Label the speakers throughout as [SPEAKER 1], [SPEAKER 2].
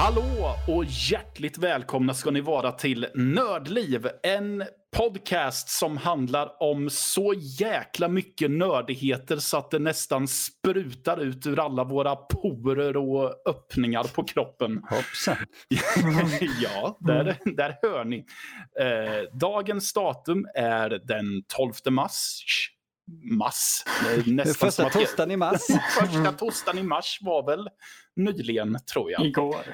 [SPEAKER 1] Hallå och hjärtligt välkomna ska ni vara till Nördliv, en podcast som handlar om så jäkla mycket nördigheter så att det nästan sprutar ut ur alla våra porer och öppningar på kroppen.
[SPEAKER 2] Hoppsan.
[SPEAKER 1] Ja, där hör ni. Dagens datum är den 12 mars. Nästan
[SPEAKER 2] första torsdagen i mars.
[SPEAKER 1] Första torsdagen i mars var väl nyligen, tror jag.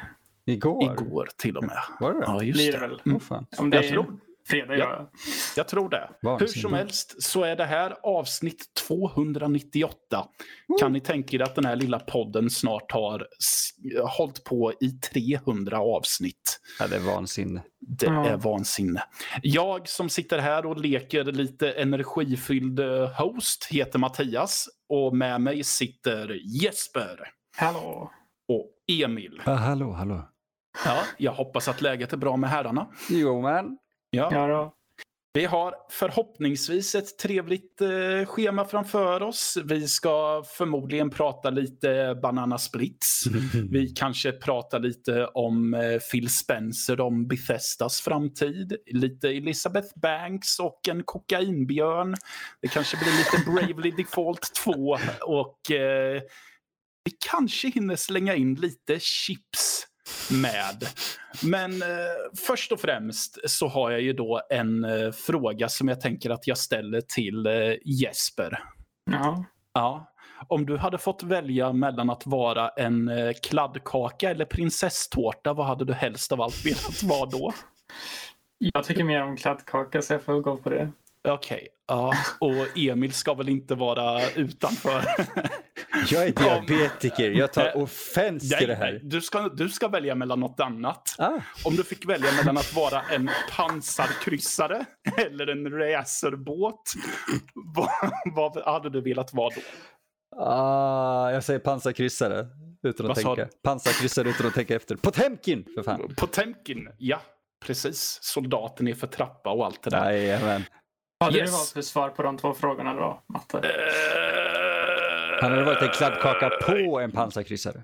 [SPEAKER 1] Igår till och med.
[SPEAKER 2] Var det?
[SPEAKER 1] Ja, just det.
[SPEAKER 3] Om det är fredag,
[SPEAKER 1] jag tror det. Hur som helst så är det här avsnitt 298. Kan ni tänka er att den här lilla podden snart har hållit på i 300 avsnitt?
[SPEAKER 2] Ja, det är vansinne.
[SPEAKER 1] Det är vansinne. Jag som sitter här och leker lite energifylld host heter Mattias. Och med mig sitter Jesper.
[SPEAKER 3] Hallå.
[SPEAKER 1] Och Emil.
[SPEAKER 2] Hallå.
[SPEAKER 1] Ja, jag hoppas att läget är bra med herrarna.
[SPEAKER 2] Jo, men.
[SPEAKER 3] Ja då.
[SPEAKER 1] Vi har förhoppningsvis ett trevligt schema framför oss. Vi ska förmodligen prata lite Banana Splits. Vi kanske pratar lite om Phil Spencer, om Bethesdas framtid. Lite Elizabeth Banks och en kokainbjörn. Det kanske blir lite Bravely Default 2. Och vi kanske hinner slänga in lite chips med. Men först och främst så har jag ju då en fråga som jag tänker att jag ställer till Jesper. Ja. Om du hade fått välja mellan att vara en kladdkaka eller prinsesstårta, vad hade du helst av allt velat vara då?
[SPEAKER 3] Jag tycker mer om kladdkaka så jag får gå på det.
[SPEAKER 1] Okej, ja. Och Emil ska väl inte vara utanför.
[SPEAKER 2] Jag är diabetiker, jag tar offens till det här.
[SPEAKER 1] Du ska välja mellan något annat. Om du fick välja mellan att vara en pansarkryssare eller en racerbåt, vad hade du velat vara då?
[SPEAKER 2] Jag säger pansarkryssare utan att tänka. Pansarkryssare utan att tänka efter. Potemkin, för fan.
[SPEAKER 1] Potemkin, ja. Precis. Soldaten är för trappa och allt det där.
[SPEAKER 2] Jajamän.
[SPEAKER 3] Hade det varit för svar på de två frågorna då, Matte?
[SPEAKER 2] Han hade varit en kladdkaka på en pansarkryssare.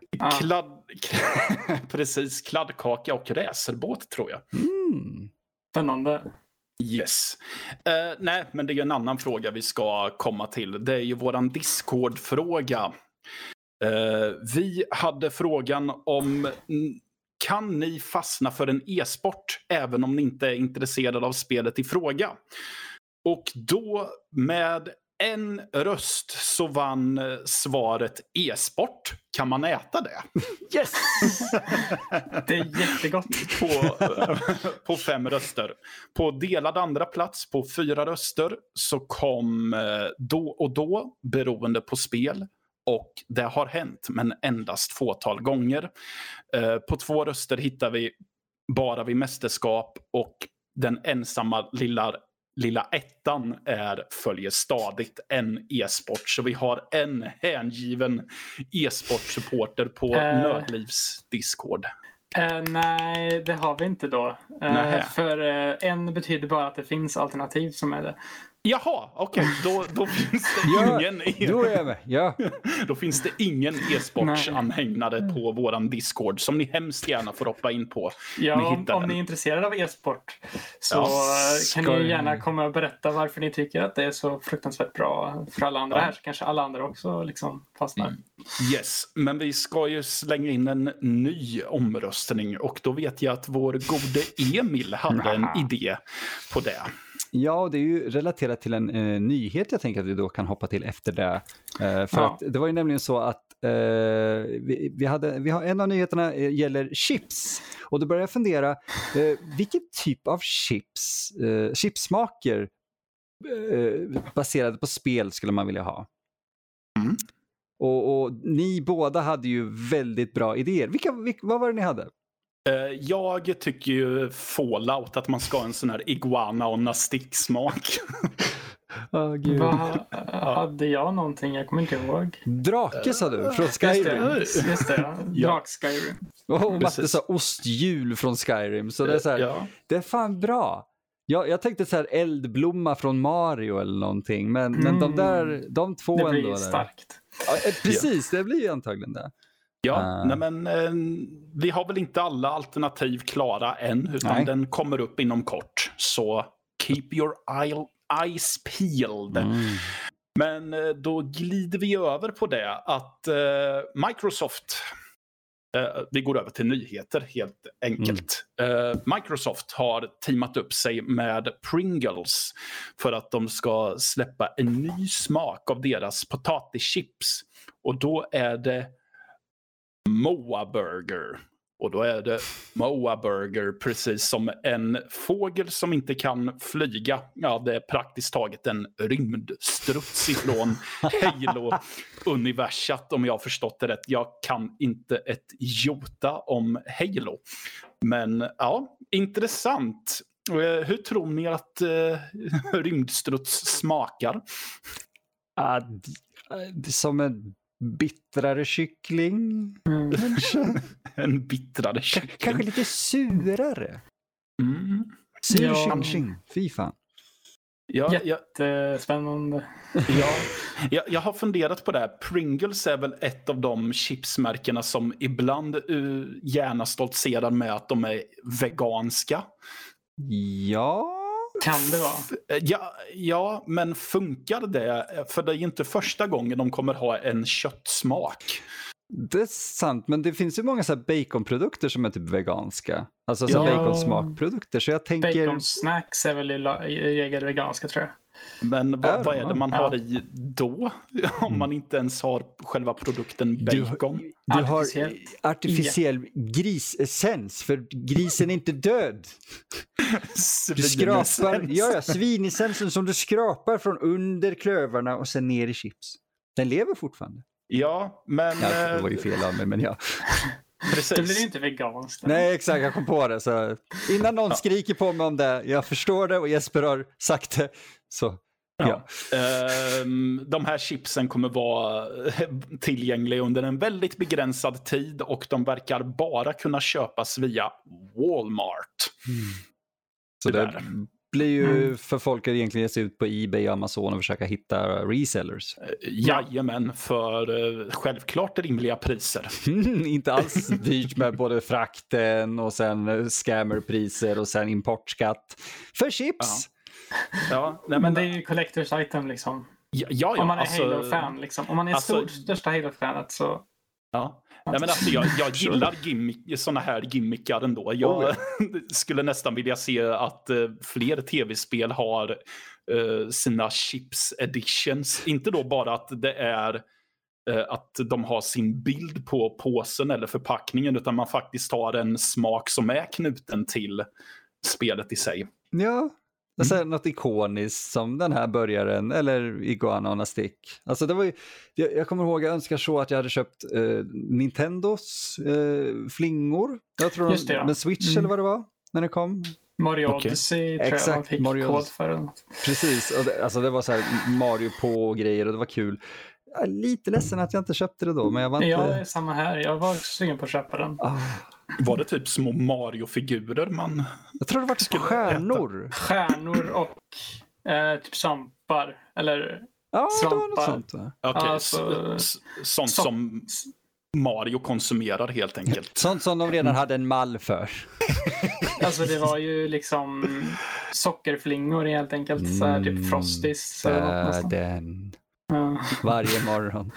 [SPEAKER 1] Precis, kladdkaka och racerbåt tror jag.
[SPEAKER 3] Spännande.
[SPEAKER 1] Yes. Nej, men det är en annan fråga vi ska komma till. Det är ju våran Discord-fråga. Vi hade frågan om... Kan ni fastna för en e-sport även om ni inte är intresserade av spelet i fråga? Och då med en röst så vann svaret e-sport. Kan man äta det?
[SPEAKER 3] Yes! Det är jättegott.
[SPEAKER 1] På 5 röster. På delad andra plats på 4 röster så kom då och då beroende på spel. Och det har hänt, men endast fåtal gånger. På 2 röster hittar vi bara vid mästerskap. Och den ensamma lilla ettan följer stadigt en e-sport. Så vi har en hängiven e-sportsupporter på Nördlivs Discord.
[SPEAKER 3] Nej, det har vi inte då. För en betyder bara att det finns alternativ som är det.
[SPEAKER 1] Jaha, okej. Då finns det ingen
[SPEAKER 2] då är jag med. Ja.
[SPEAKER 1] Då finns det ingen e-sportsanhängare på våran Discord som ni hemskt gärna får hoppa in på.
[SPEAKER 3] Ja, om ni är intresserade av e-sport så kan ni gärna komma och berätta varför ni tycker att det är så fruktansvärt bra för alla andra här. Så kanske alla andra också liksom fastnar.
[SPEAKER 1] Yes, men vi ska ju slänga in en ny omröstning och då vet jag att vår gode Emil hade en idé på det.
[SPEAKER 2] Ja, det är ju relaterat till en nyhet jag tänker att vi då kan hoppa till efter det. För att det var ju nämligen så att vi har en av nyheterna gäller chips. Och då börjar jag fundera, vilken typ av chipsmaker baserade på spel skulle man vilja ha? Och ni båda hade ju väldigt bra idéer. Vad var det ni hade?
[SPEAKER 1] Jag tycker ju Fallout att man ska ha en sån här iguana och nastick-smak.
[SPEAKER 3] Hade jag någonting? Jag kommer inte ihåg.
[SPEAKER 2] Drake sa du, från Skyrim.
[SPEAKER 3] Just det, Drak-Skyrim.
[SPEAKER 2] Och Matte sa osthjul från Skyrim. Så det är så här, det är fan bra. Jag tänkte så här eldblomma från Mario eller någonting. Men de två
[SPEAKER 3] det
[SPEAKER 2] ändå.
[SPEAKER 3] Det blir starkt.
[SPEAKER 2] Ja, precis, det blir ju antagligen det.
[SPEAKER 1] Ja, vi har väl inte alla alternativ klara än, utan den kommer upp inom kort. Så keep your eyes peeled. Men då glider vi över på det att Microsoft, vi går över till nyheter helt enkelt. Microsoft har teamat upp sig med Pringles för att de ska släppa en ny smak av deras potatischips. Och då är det Moa Burger. Och då är det Moa Burger precis som en fågel som inte kan flyga. Ja, det är praktiskt taget en rymdstruts ifrån Halo-universat, om jag har förstått det rätt. Jag kan inte ett jota om Halo. Men ja, intressant. Hur tror ni att rymdstruts smakar?
[SPEAKER 2] Som en bittrare kyckling.
[SPEAKER 1] En bittrare kyckling.
[SPEAKER 2] Kanske lite surare. Sur kyckling. Fy fan.
[SPEAKER 3] Jättespännande.
[SPEAKER 1] Jag har funderat på det här. Pringles är väl ett av de chipsmärkena som ibland gärna stoltserar med att de är veganska.
[SPEAKER 2] Ja.
[SPEAKER 3] Kan det vara?
[SPEAKER 1] Ja, men funkar det? För det är inte första gången de kommer ha en köttsmak.
[SPEAKER 2] Det är sant, men det finns ju många så här baconprodukter som är typ veganska. Alltså så baconsmakprodukter. Så jag tänker...
[SPEAKER 3] Baconsnacks är väl i regel veganska, tror jag.
[SPEAKER 1] Men vad är det man har i då? Om man inte ens har själva produkten bacon.
[SPEAKER 2] Du har artificiell grisessens, för grisen är inte död. Du skrapar svinessensen som du skrapar från under klövarna och sen ner i chips. Den lever fortfarande.
[SPEAKER 1] Ja, men...
[SPEAKER 2] det var ju fel av mig, men ja.
[SPEAKER 1] Precis.
[SPEAKER 3] Det blir inte veganskt.
[SPEAKER 2] Nej, exakt, jag kom på det. Så innan någon skriker på mig om det, jag förstår det och Jesper har sagt det. Så, ja.
[SPEAKER 1] De här chipsen kommer vara tillgängliga under en väldigt begränsad tid och de verkar bara kunna köpas via Walmart.
[SPEAKER 2] Så det blir ju för folk att egentligen ge sig ut på eBay och Amazon och försöka hitta resellers.
[SPEAKER 1] Jajamän, för självklart rimliga priser.
[SPEAKER 2] Inte alls dyrt med både frakten och sen scammerpriser och sen importskatt för chips.
[SPEAKER 3] Men det är ju collectors item liksom. Om man är Halo-fan liksom. Om man är största Halo-fanet så...
[SPEAKER 1] Ja. Nej, men alltså, jag gillar såna här gimmickar ändå. Jag skulle nästan vilja se att fler tv-spel har sina chips editions. Inte då bara att det är att de har sin bild på påsen eller förpackningen, utan man faktiskt har en smak som är knuten till spelet i sig.
[SPEAKER 2] Ja. Alltså, något ikoniskt som den här burgaren eller Iguana on a stick. Alltså det var ju, jag kommer ihåg, jag önskar så att jag hade köpt Nintendos flingor. Jag tror med Switch eller vad det var när det kom.
[SPEAKER 3] Mario Odyssey tror jag man fick kod för.
[SPEAKER 2] Precis, och det var så här Mario på grejer och det var kul. Jag är lite ledsen att jag inte köpte det då, men jag var inte...
[SPEAKER 3] Jag är samma här, jag var sugen på att köpa den.
[SPEAKER 1] Var det typ små Mario-figurer man...
[SPEAKER 2] Jag tror det var typ stjärnor.
[SPEAKER 3] Stjärnor och typ svampar. Eller svampar.
[SPEAKER 2] Det var något sånt.
[SPEAKER 1] Okej, sånt som Mario konsumerar helt enkelt.
[SPEAKER 2] Sånt som de redan hade en mall för.
[SPEAKER 3] Alltså det var ju liksom sockerflingor helt enkelt. Så här, typ Frosties.
[SPEAKER 2] Varje morgon.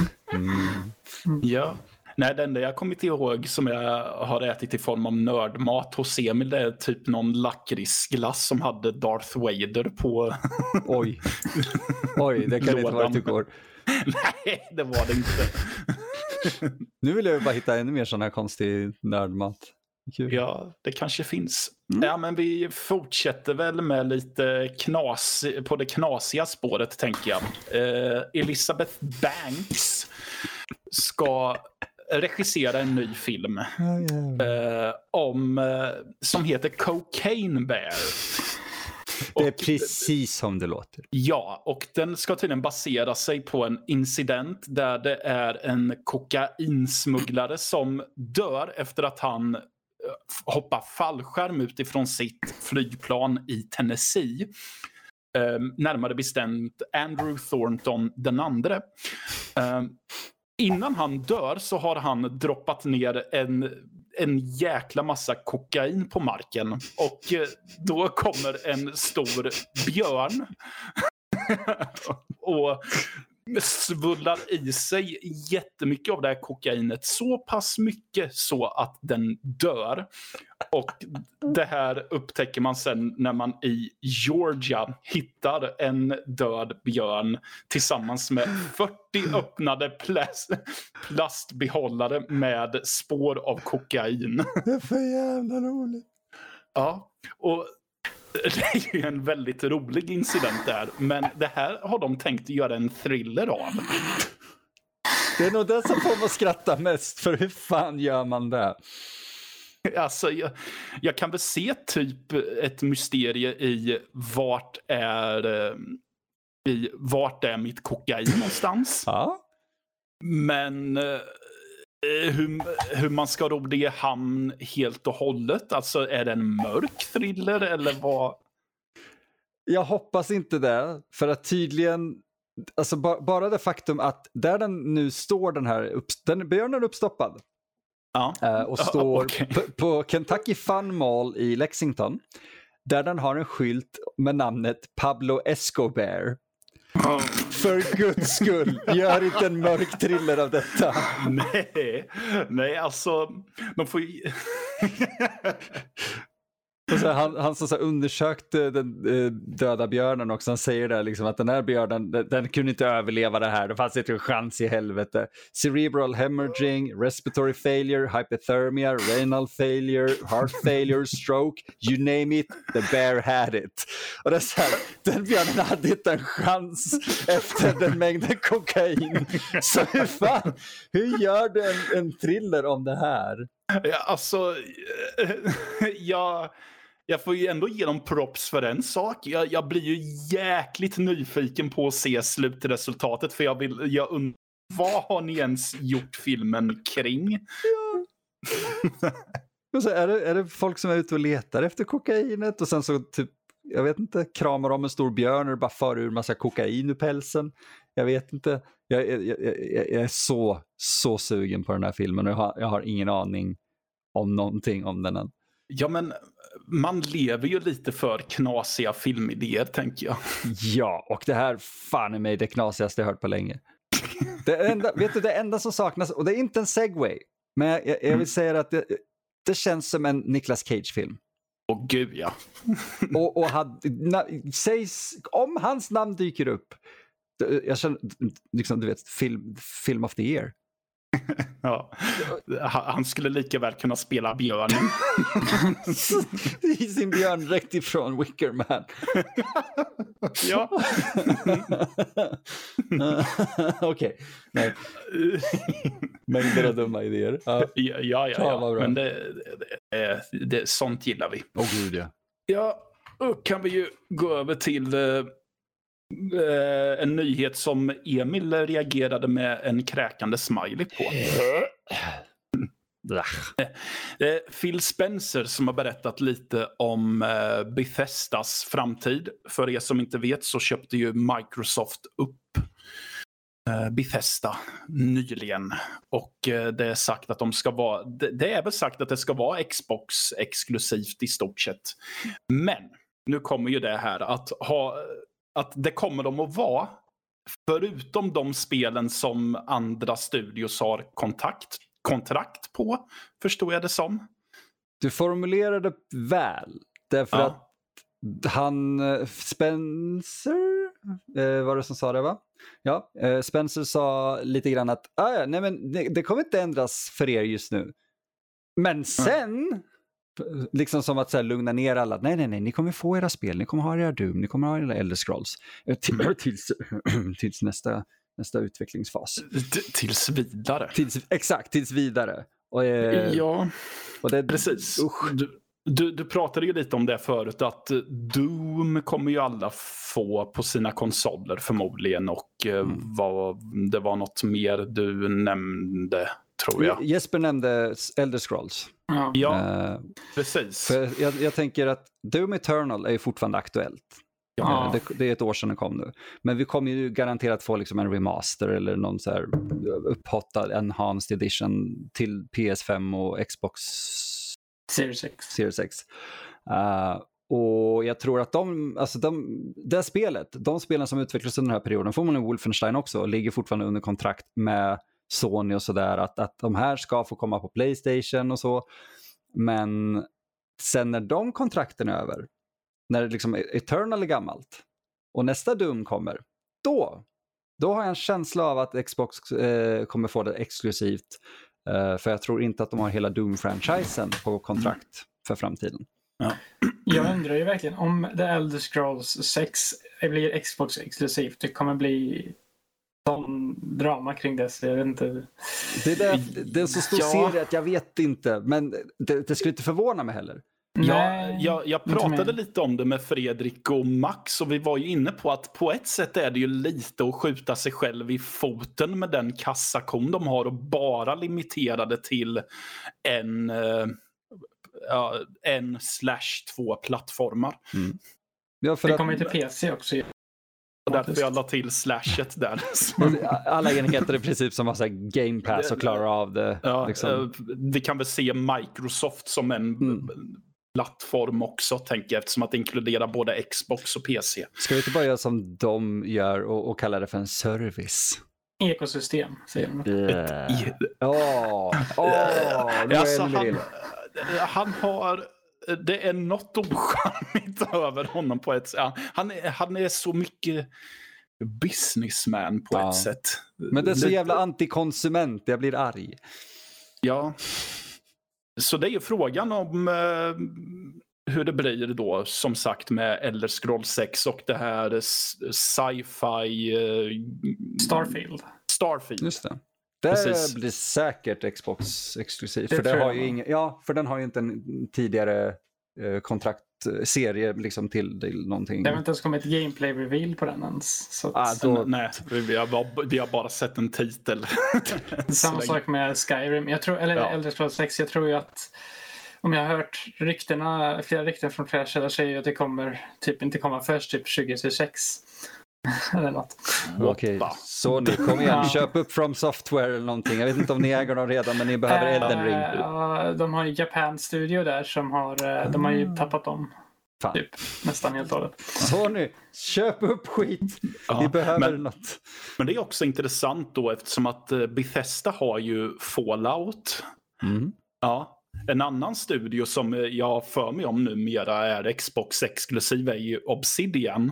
[SPEAKER 1] Ja. Nej, det enda jag kommit ihåg som jag har ätit i form av nördmat hos Emil, det är typ någon lakritsglass som hade Darth Vader på.
[SPEAKER 2] Oj, det kan inte vara att du går.
[SPEAKER 1] Nej, det var det inte.
[SPEAKER 2] Nu vill jag bara hitta ännu mer sån här konstig nördmat. Kul.
[SPEAKER 1] Ja, det kanske finns. Ja, men vi fortsätter väl med lite på det knasiga spåret, tänker jag. Elizabeth Banks ska regissera en ny film som heter Cocaine Bear.
[SPEAKER 2] Det är precis som det låter.
[SPEAKER 1] Ja, och den ska tydligen basera sig på en incident där det är en kokainsmugglare som dör efter att han hoppar fallskärm utifrån sitt flygplan i Tennessee. Närmare bestämt Andrew Thornton den andre. innan han dör så har han droppat ner en jäkla massa kokain på marken. Och då kommer en stor björn och svullar i sig jättemycket av det här kokainet. Så pass mycket så att den dör. Och det här upptäcker man sen när man i Georgia hittar en död björn tillsammans med 40 öppnade plastbehållare med spår av kokain.
[SPEAKER 2] Det är för jävla roligt.
[SPEAKER 1] Ja, och det är ju en väldigt rolig incident där. Men det här har de tänkt göra en thriller av.
[SPEAKER 2] Det är nog det som får mig att skratta mest. För hur fan gör man det?
[SPEAKER 1] Alltså, jag kan väl se typ ett mysterie i vart är mitt kokain någonstans.
[SPEAKER 2] Ja.
[SPEAKER 1] Men hur man ska ro det i hamn helt och hållet. Alltså, är det en mörk thriller eller vad?
[SPEAKER 2] Jag hoppas inte det. För att tydligen, alltså bara det faktum att där den nu står den björnen uppstoppad.
[SPEAKER 1] Ja.
[SPEAKER 2] Och står
[SPEAKER 1] Okay.
[SPEAKER 2] på Kentucky Fun Mall i Lexington. Där den har en skylt med namnet Pablo Escobar. För guds skull, gör inte en mörk thriller av detta.
[SPEAKER 1] Nej, alltså de får ju...
[SPEAKER 2] Och så han som så undersökte den döda björnen också, han säger där liksom att den här björnen, den kunde inte överleva det här, det fanns inte en chans i helvete. Cerebral hemorrhaging, respiratory failure, hypothermia, renal failure, heart failure, stroke, you name it, the bear had it. Och det är så här, den björnen hade inte en chans efter den mängden kokain. Så hur gör du en thriller om det här?
[SPEAKER 1] Ja, alltså, jag får ju ändå ge dem props för en sak. Jag blir ju jäkligt nyfiken på att se slutresultatet. För jag undrar, vad har ni ens gjort filmen kring?
[SPEAKER 2] Ja. Och så är det folk som är ute och letar efter kokainet och sen så typ, jag vet inte, kramar om en stor björn och bara far ur massa kokain ur pälsen. Jag vet inte. Jag är så sugen på den här filmen och jag har ingen aning om någonting om den än. Ja,
[SPEAKER 1] men man lever ju lite för knasiga filmidéer, tänker jag.
[SPEAKER 2] Ja, och det här fan är mig det knasigaste jag hört på länge. Det enda som saknas, och det är inte en segway, men jag vill säga att det känns som en Nicolas Cage-film.
[SPEAKER 1] Åh gud, ja.
[SPEAKER 2] och sägs, om hans namn dyker upp, jag känner liksom, du vet, film of the year.
[SPEAKER 1] Ja, han skulle lika väl kunna spela björnen.
[SPEAKER 2] I sin björndräkt ifrån Wicker Man.
[SPEAKER 1] Ja.
[SPEAKER 2] Okej. Nej. Mängder av dumma idéer.
[SPEAKER 1] Ja. Men det sånt gillar vi.
[SPEAKER 2] Åh gud, ja.
[SPEAKER 1] Ja, då kan vi ju gå över till en nyhet som Emil reagerade med en kräkande smiley på. Phil Spencer som har berättat lite om Bethesdas framtid. För er som inte vet så köpte ju Microsoft upp Bethesda nyligen. Och det är sagt att det är väl sagt att det ska vara Xbox exklusivt i stort sett. Men nu kommer ju det här att det kommer de att vara, förutom de spelen som andra studios har kontrakt på, förstår jag det som. Du
[SPEAKER 2] formulerade väl, därför att han Spencer var det som sa det, va? Ja, Spencer sa lite grann att nej, men det kommer inte ändras för er just nu. Men sen liksom som att så här, lugna ner alla. Nej, ni kommer få era spel, ni kommer ha era Doom, ni kommer ha era Elder Scrolls tills nästa utvecklingsfas.
[SPEAKER 1] Tills vidare.
[SPEAKER 2] Tills vidare. Och,
[SPEAKER 1] ja,
[SPEAKER 2] och det,
[SPEAKER 1] precis. Du pratade ju lite om det förut, att Doom kommer ju alla få på sina konsoler förmodligen, och det var något mer du nämnde, tror jag.
[SPEAKER 2] Jesper nämnde Elder Scrolls.
[SPEAKER 1] Ja, precis.
[SPEAKER 2] För jag tänker att Doom Eternal är ju fortfarande aktuellt. Ja. Det är ett år sedan den kom nu. Men vi kommer ju garanterat få liksom en remaster eller någon så här upphottad enhanced edition till PS5 och Xbox Series X. Och jag tror att de spelen som utvecklas under den här perioden, får man Wolfenstein också, ligger fortfarande under kontrakt med Sony och sådär, att de här ska få komma på PlayStation och så. Men sen när de kontrakten är över, när liksom Eternal är gammalt och nästa Doom kommer, då har jag en känsla av att Xbox kommer få det exklusivt, för jag tror inte att de har hela Doom-franchisen på kontrakt för framtiden.
[SPEAKER 3] Ja. Jag undrar ju verkligen om The Elder Scrolls 6 blir Xbox exklusivt. Det kommer bli sån drama kring det, så jag vet inte.
[SPEAKER 2] Det är en så stor serie att jag vet inte, men det skulle inte förvåna mig heller.
[SPEAKER 1] Jag pratade lite om det med Fredrik och Max, och vi var ju inne på att på ett sätt är det ju lite att skjuta sig själv i foten med den kassakon de har och bara limitera det till en/2 plattformar.
[SPEAKER 2] Ja,
[SPEAKER 3] det kommer ju till PC också.
[SPEAKER 1] Och därför jag la till slashet där.
[SPEAKER 2] Alla enheter är i princip som har så här Game Pass och klarar av det.
[SPEAKER 1] Ja,
[SPEAKER 2] liksom.
[SPEAKER 1] Vi kan väl se Microsoft som en plattform också, tänker jag, eftersom att det inkluderar både Xbox och PC.
[SPEAKER 2] Ska vi inte bara göra som de gör och kalla det för en service?
[SPEAKER 3] Ekosystem, säger de.
[SPEAKER 1] Han har... Det är något ocharmigt över honom på ett sätt. Han är så mycket businessman på ett sätt.
[SPEAKER 2] Men det är så jävla antikonsument, jag blir arg.
[SPEAKER 1] Ja. Så det är ju frågan om hur det blir då, som sagt, med Elder Scrolls 6 och det här sci-fi... Starfield.
[SPEAKER 2] Just det. Det blir säkert Xbox exklusivt. För den har ju inte en tidigare kontraktserie liksom till någonting.
[SPEAKER 3] Det har inte ens kommit ett gameplay-reveal på den ens.
[SPEAKER 1] Nej, vi har bara sett en titel.
[SPEAKER 3] Samma sak med Skyrim. Elder Scrolls 6. Jag tror ju att, om jag har hört flera rykten från flera källor, säger ju att det kommer inte komma först typ 2026. Eller något.
[SPEAKER 2] Okej, så nu kom igen, köp upp From Software eller någonting. Jag vet inte om ni äger dem redan, men ni behöver Elden Ring.
[SPEAKER 3] De har ju Japan Studio där som de har ju tappat dem. Typ, nästan helt och hållet.
[SPEAKER 2] Så nu, köp upp skit. Vi behöver något.
[SPEAKER 1] Men det är också intressant då, eftersom att Bethesda har ju Fallout. Ja. En annan studio som jag för mig om numera är Xbox exklusiv är ju Obsidian.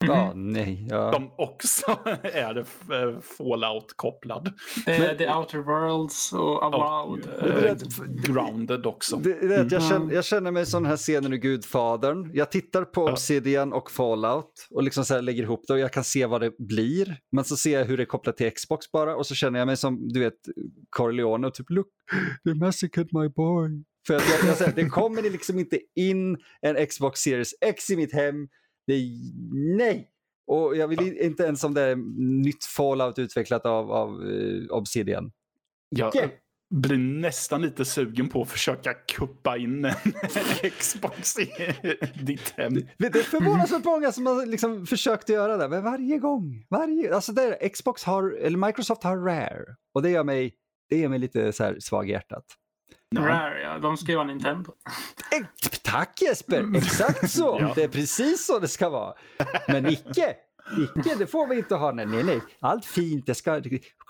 [SPEAKER 2] De
[SPEAKER 1] också är Fallout-kopplad.
[SPEAKER 3] The Outer Worlds och Avowed.
[SPEAKER 1] Grounded också.
[SPEAKER 2] Jag känner mig som den här scenen i Gudfadern. Jag tittar på Obsidian och Fallout och liksom så här lägger ihop det och jag kan se vad det blir. Men så ser jag hur det är kopplat till Xbox bara, och så känner jag mig som, du vet, Corleone och typ, look, they massacred my boy. För att jag säger, det kommer liksom inte in en Xbox Series X i mitt hem. Nej! Och jag vill inte ens om det är nytt Fallout utvecklat av Obsidian.
[SPEAKER 1] Jag blir nästan lite sugen på att försöka kuppa in en Xbox i ditt hem.
[SPEAKER 2] Det är förvånansvärt många som har liksom försökt göra det, men varje gång. Alltså Microsoft har Rare, och det gör mig lite så här svag i hjärtat.
[SPEAKER 3] Rare, de ska ju vara Nintendo.
[SPEAKER 2] Tack Jesper, exakt så. Det är precis så det ska vara. Men icke, det får vi inte ha. Nej. Allt fint, det ska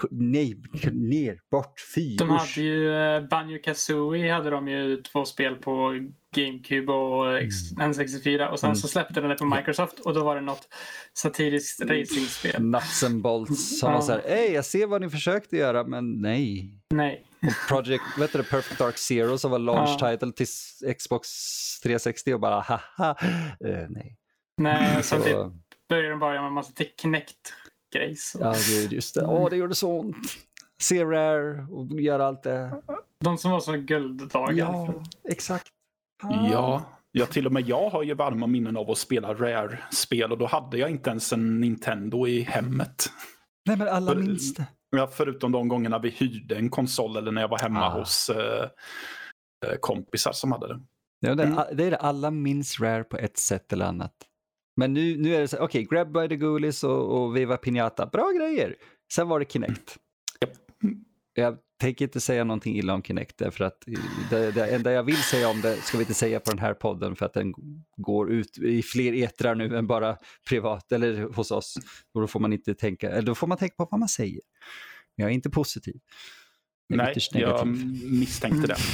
[SPEAKER 2] ner, bort, fy.
[SPEAKER 3] De hade ju Banjo-Kazooie, hade de ju 2 spel på GameCube och N64, och sen så släppte den det på Microsoft, och då var det något satiriskt racingspel.
[SPEAKER 2] Nuts and bolts som var så här, jag ser vad ni försökte göra, men nej. Och Project, Perfect Dark Zero som var launch title till Xbox 360 och bara haha, nej.
[SPEAKER 3] Nej, så typ började de bara med en massa Kinect-grejs.
[SPEAKER 2] Ja, just det. Det gjorde så ont. Se Rare och göra allt det.
[SPEAKER 3] De som var så gulddagar.
[SPEAKER 2] Ja, exakt.
[SPEAKER 1] Ja, till och med jag har ju varma minnen av att spela Rare-spel, och då hade jag inte ens en Nintendo i hemmet.
[SPEAKER 2] Nej, men alla minns det.
[SPEAKER 1] Ja, förutom de gångerna vi hyrde en konsol eller när jag var hemma hos kompisar som hade det.
[SPEAKER 2] Ja, det är det. Alla minns Rare på ett sätt eller annat. Men nu är det så här, okej, Grab by the Ghoulies och Viva Pinata. Bra grejer. Sen var det Kinect. Jag tänker inte säga någonting illa om Kinect, för att det enda jag vill säga om det ska vi inte säga på den här podden, för att den går ut i fler etrar nu än bara privat eller hos oss. Och då får man inte tänka, eller då får man tänka på vad man säger. Men jag är inte positiv.
[SPEAKER 1] Nej, jag misstänkte det.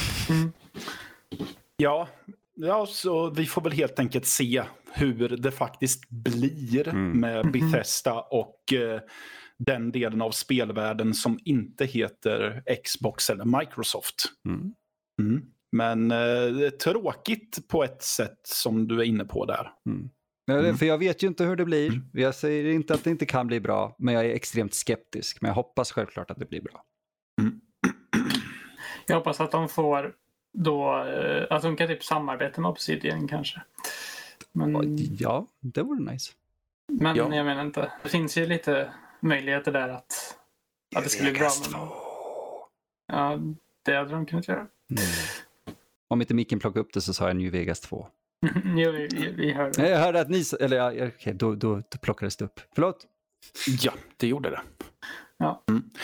[SPEAKER 1] Ja, så vi får väl helt enkelt se hur det faktiskt blir med Bethesda och den delen av spelvärlden som inte heter Xbox eller Microsoft. Men tråkigt på ett sätt som du är inne på där.
[SPEAKER 2] För jag vet ju inte hur det blir. Jag säger inte att det inte kan bli bra, men jag är extremt skeptisk. Men jag hoppas självklart att det blir bra.
[SPEAKER 3] Jag hoppas att de får då, att de kan typ samarbeta med Obsidian kanske. Men,
[SPEAKER 2] ja, det vore nice.
[SPEAKER 3] Men jag menar inte. Det finns ju lite möjligheter där att det skulle bli bra. Men, ja, det hade de kunnat göra.
[SPEAKER 2] Om inte micken plockar upp det så sa jag New Vegas 2.
[SPEAKER 3] Jo, vi hörde.
[SPEAKER 2] Jag hörde att ni... Eller okej, då plockades det upp. Förlåt?
[SPEAKER 1] Ja, det gjorde det.
[SPEAKER 3] Ja.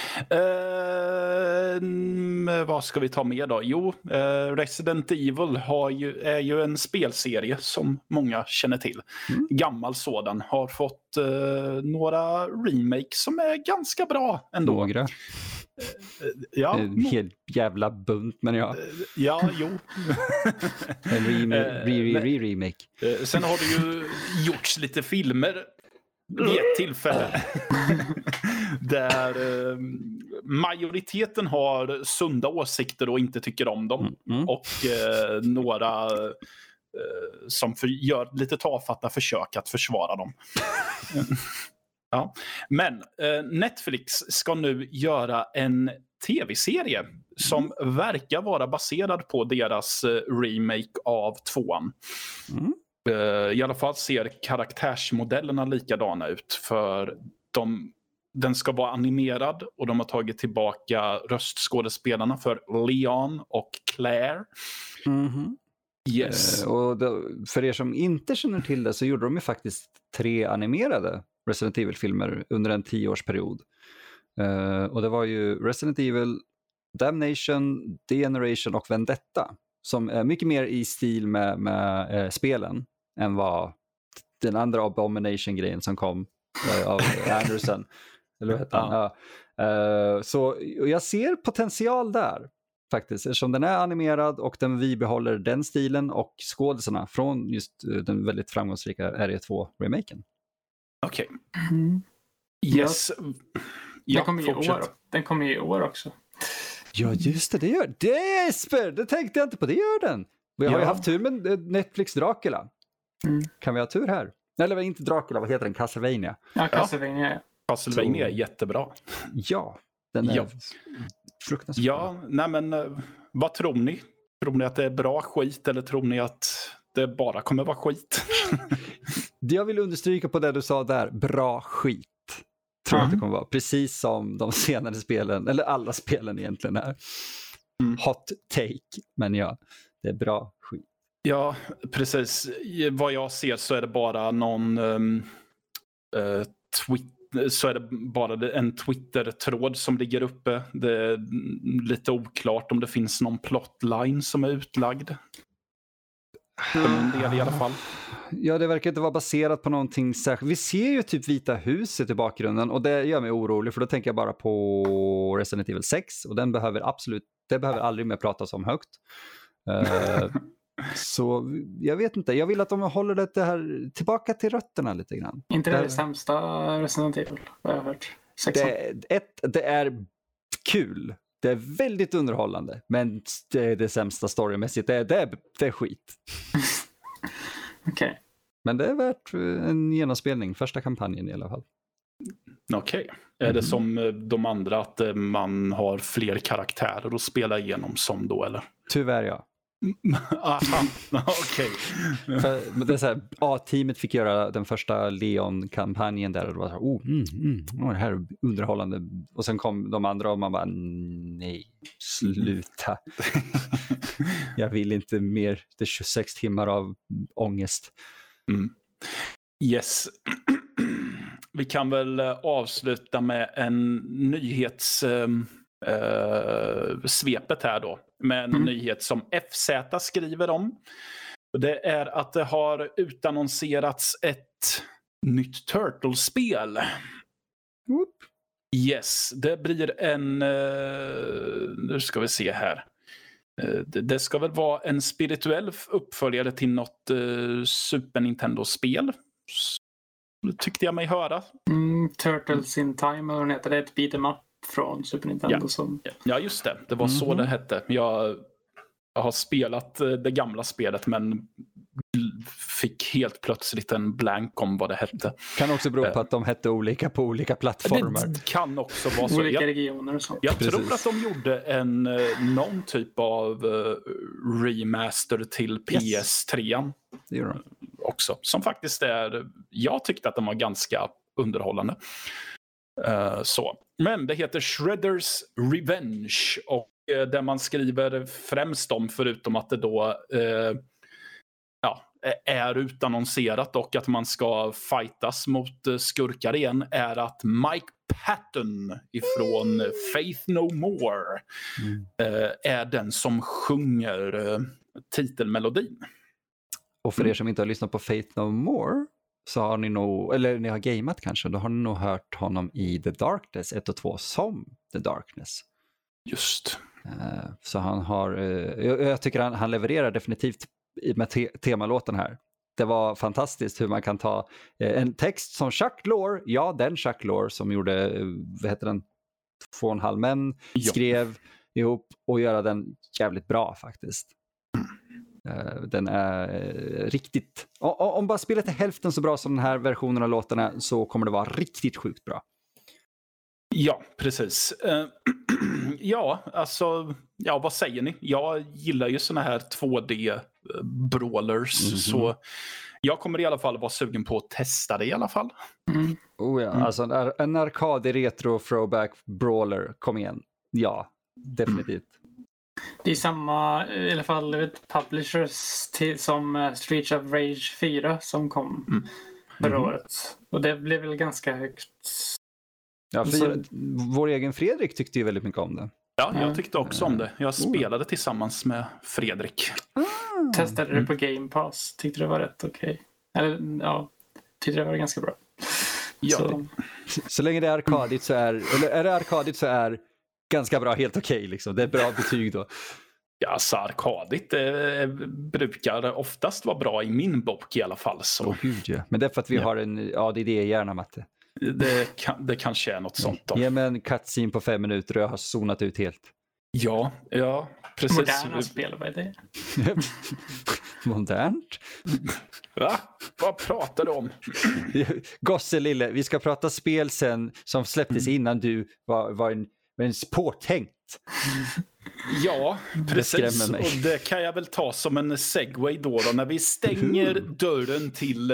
[SPEAKER 1] Vad ska vi ta med då? Jo, Resident Evil är ju en spelserie som många känner till. Gammal sådan. Har fått några remakes som är ganska bra ändå.
[SPEAKER 2] Några?
[SPEAKER 1] Ja.
[SPEAKER 2] En hel jävla bunt, men ja.
[SPEAKER 1] Ja, jo.
[SPEAKER 2] En remake.
[SPEAKER 1] Sen har det ju gjorts lite filmer vid ett tillfälle där majoriteten har sunda åsikter och inte tycker om dem. Och några som gör lite tafatta försök att försvara dem. Ja. Men Netflix ska nu göra en tv-serie som verkar vara baserad på deras remake av 2:an. I alla fall ser karaktärsmodellerna likadana ut, för den ska vara animerad och de har tagit tillbaka röstskådespelarna för Leon och Claire. Yes.
[SPEAKER 2] Och för er som inte känner till det så gjorde de ju faktiskt 3 animerade Resident Evil-filmer under en 10-årsperiod. Och det var ju Resident Evil, Damnation, Degeneration och Vendetta, som är mycket mer i stil med spelen än vad den andra Abomination-grejen som kom av Anderson. Eller vad heter han? Ja. Så jag ser potential där faktiskt, eftersom den är animerad och den bibehåller den stilen och skådespelarna från just den väldigt framgångsrika RE2-remaken.
[SPEAKER 1] Okej. Yes.
[SPEAKER 3] Den kommer i år också.
[SPEAKER 2] Ja, just det gör det. Jesper, det tänkte jag inte på. Det gör den. Vi har ju haft tur med Netflix Dracula. Kan vi ha tur här? Eller inte Dracula, vad heter den? Castlevania.
[SPEAKER 3] Ja, Castlevania. Ja.
[SPEAKER 1] Castlevania är jättebra.
[SPEAKER 2] Ja, den är fruktansvärt.
[SPEAKER 1] Ja, nej men vad tror ni? Tror ni att det är bra skit eller tror ni att det bara kommer vara skit?
[SPEAKER 2] Det jag vill understryka på det du sa där, bra skit. Tror jag att det kommer vara. Precis som de senare spelen, eller alla spelen egentligen är. Hot take, men ja, det är bra skit.
[SPEAKER 1] Ja, precis. Vad jag ser så är det bara någon så är det bara en Twitter-tråd som ligger uppe. Det är lite oklart om det finns någon plotline som är utlagd. En del i alla fall.
[SPEAKER 2] Ja, det verkar inte vara baserat på någonting särskilt. Vi ser ju typ Vita huset i bakgrunden och det gör mig orolig, för då tänker jag bara på Resident Evil 6 och det behöver aldrig mer pratas om högt. Så jag vet inte, jag vill att de håller det här tillbaka till rötterna lite grann.
[SPEAKER 3] Inte det sämsta Resident Evil, vad jag har hört.
[SPEAKER 2] Det är kul. Det är väldigt underhållande, men det är det sämsta storymässigt. Det är skit.
[SPEAKER 3] Okej.
[SPEAKER 2] Men det är värt en genomspelning, första kampanjen i alla fall.
[SPEAKER 1] Okej. Är det som de andra att man har fler karaktärer att spela igenom som då, eller?
[SPEAKER 2] Tyvärr, ja.
[SPEAKER 1] Okej.
[SPEAKER 2] Det är så här, A-teamet fick göra den första Leon-kampanjen där och det var så här, det här är underhållande. Och sen kom de andra och man bara, nej, sluta. Jag vill inte mer, det är 26 timmar av ångest.
[SPEAKER 1] Yes. Vi kan väl avsluta med en svepet här då. Med en nyhet som FZ skriver om. Det är att det har utannonserats ett nytt Turtles-spel. Yes, det blir en... nu ska vi se här. Det ska väl vara en spirituell uppföljare till något Super Nintendo-spel. Tyckte jag mig höra.
[SPEAKER 3] Turtles in Time, eller vad heter det? Ett beat'em up från Super Nintendo.
[SPEAKER 1] Ja, just det. Det var så det hette. Jag har spelat det gamla spelet, men fick helt plötsligt en blank om vad det hette.
[SPEAKER 2] Kan också bero på att de hette olika på olika plattformar.
[SPEAKER 1] Det kan också vara så.
[SPEAKER 3] Olika regioner och sånt.
[SPEAKER 1] Jag tror att de gjorde någon typ av remaster till PS3 också. Som faktiskt jag tyckte att den var ganska underhållande. Så. Men det heter Shredders Revenge, och där man skriver främst om, förutom att det då är utannonserat och att man ska fightas mot skurkar igen, är att Mike Patton ifrån Faith No More är den som sjunger titelmelodin.
[SPEAKER 2] Och för er som inte har lyssnat på Faith No More, så har ni nog, eller ni har gameat kanske, då har ni nog hört honom i The Darkness 1 och 2 som The Darkness.
[SPEAKER 1] Just.
[SPEAKER 2] Så han har, jag tycker han levererar definitivt med temalåten här. Det var fantastiskt hur man kan ta en text som Chuck Lorre, den Chuck Lorre som gjorde, vad heter den, 2,5 män, skrev ihop, och göra den jävligt bra faktiskt. Den är riktigt, om bara spelet är hälften så bra som den här versionen av låtarna, så kommer det vara riktigt sjukt bra.
[SPEAKER 1] Ja, precis. Vad säger ni? Jag gillar ju såna här 2D-brawlers, så jag kommer i alla fall vara sugen på att testa det i alla fall.
[SPEAKER 2] Alltså en arkadig retro throwback brawler, kom igen. Ja, definitivt.
[SPEAKER 3] Det är samma, i alla fall publishers som Streets of Rage 4 som kom förra året. Och det blev väl ganska högt.
[SPEAKER 2] Ja, vår egen Fredrik tyckte ju väldigt mycket om det.
[SPEAKER 1] Ja, jag tyckte också om det. Jag spelade tillsammans med Fredrik.
[SPEAKER 3] Testade det på Game Pass. Tyckte det var rätt okej. Eller tyckte det var ganska bra.
[SPEAKER 1] Ja.
[SPEAKER 2] Så länge det är arkadigt så är det arkadigt så är ganska bra, helt okej liksom. Det är bra betyg då.
[SPEAKER 1] Ja, så arkadigt brukar oftast vara bra i min bok i alla fall. Så.
[SPEAKER 2] Men det är för att vi har en ADD-hjärna, Matte.
[SPEAKER 1] Det kanske är något sånt då.
[SPEAKER 2] Ge mig en cutscene på 5 minuter och jag har zonat ut helt.
[SPEAKER 1] Ja, precis.
[SPEAKER 3] Moderna spel, vad är det?
[SPEAKER 2] Modernt?
[SPEAKER 1] Va? Vad pratar du om?
[SPEAKER 2] Gosse lille, vi ska prata spel sen som släpptes innan du var en påtänkt.
[SPEAKER 1] Ja, precis. Och det kan jag väl ta som en segway då när vi stänger dörren till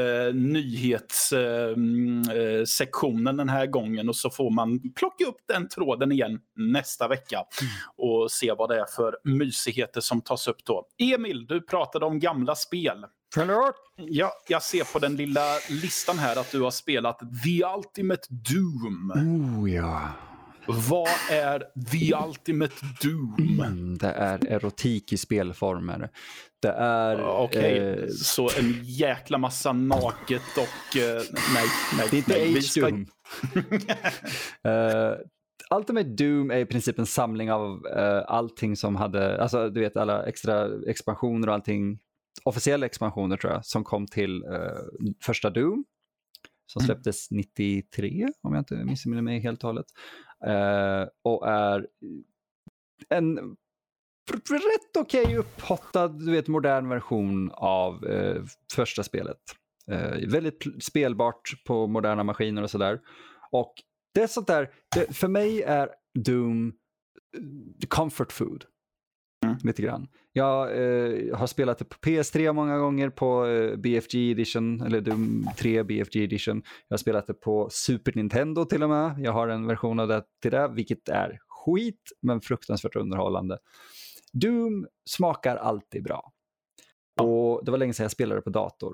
[SPEAKER 1] nyhetssektionen den här gången, och så får man plocka upp den tråden igen nästa vecka och se vad det är för mysigheter som tas upp då. Emil, du pratade om gamla spel. Ja, jag ser på den lilla listan här att du har spelat The Ultimate Doom.
[SPEAKER 2] Ja.
[SPEAKER 1] Vad är The Ultimate Doom?
[SPEAKER 2] Det är erotik i spelformer. Det är...
[SPEAKER 1] så en jäkla massa naket och... nej.
[SPEAKER 2] Det är inte H-Doom. Ultimate Doom är i princip en samling av allting som hade... Alltså, du vet, alla extra expansioner och allting. Officiella expansioner, tror jag, som kom till första Doom. Som släpptes 93, om jag inte missminner mig helt och hållet. Och är en rätt okej upphottad, du vet, modern version av första spelet. Väldigt spelbart på moderna maskiner och sådär. Och det är sånt där, för mig är Doom comfort food. Lite grann. Jag har spelat det på PS3 många gånger, på BFG Edition, eller Doom 3 BFG Edition. Jag har spelat det på Super Nintendo till och med. Jag har en version av det till det, vilket är skit men fruktansvärt underhållande. Doom smakar alltid bra. Och det var länge sedan jag spelade på dator.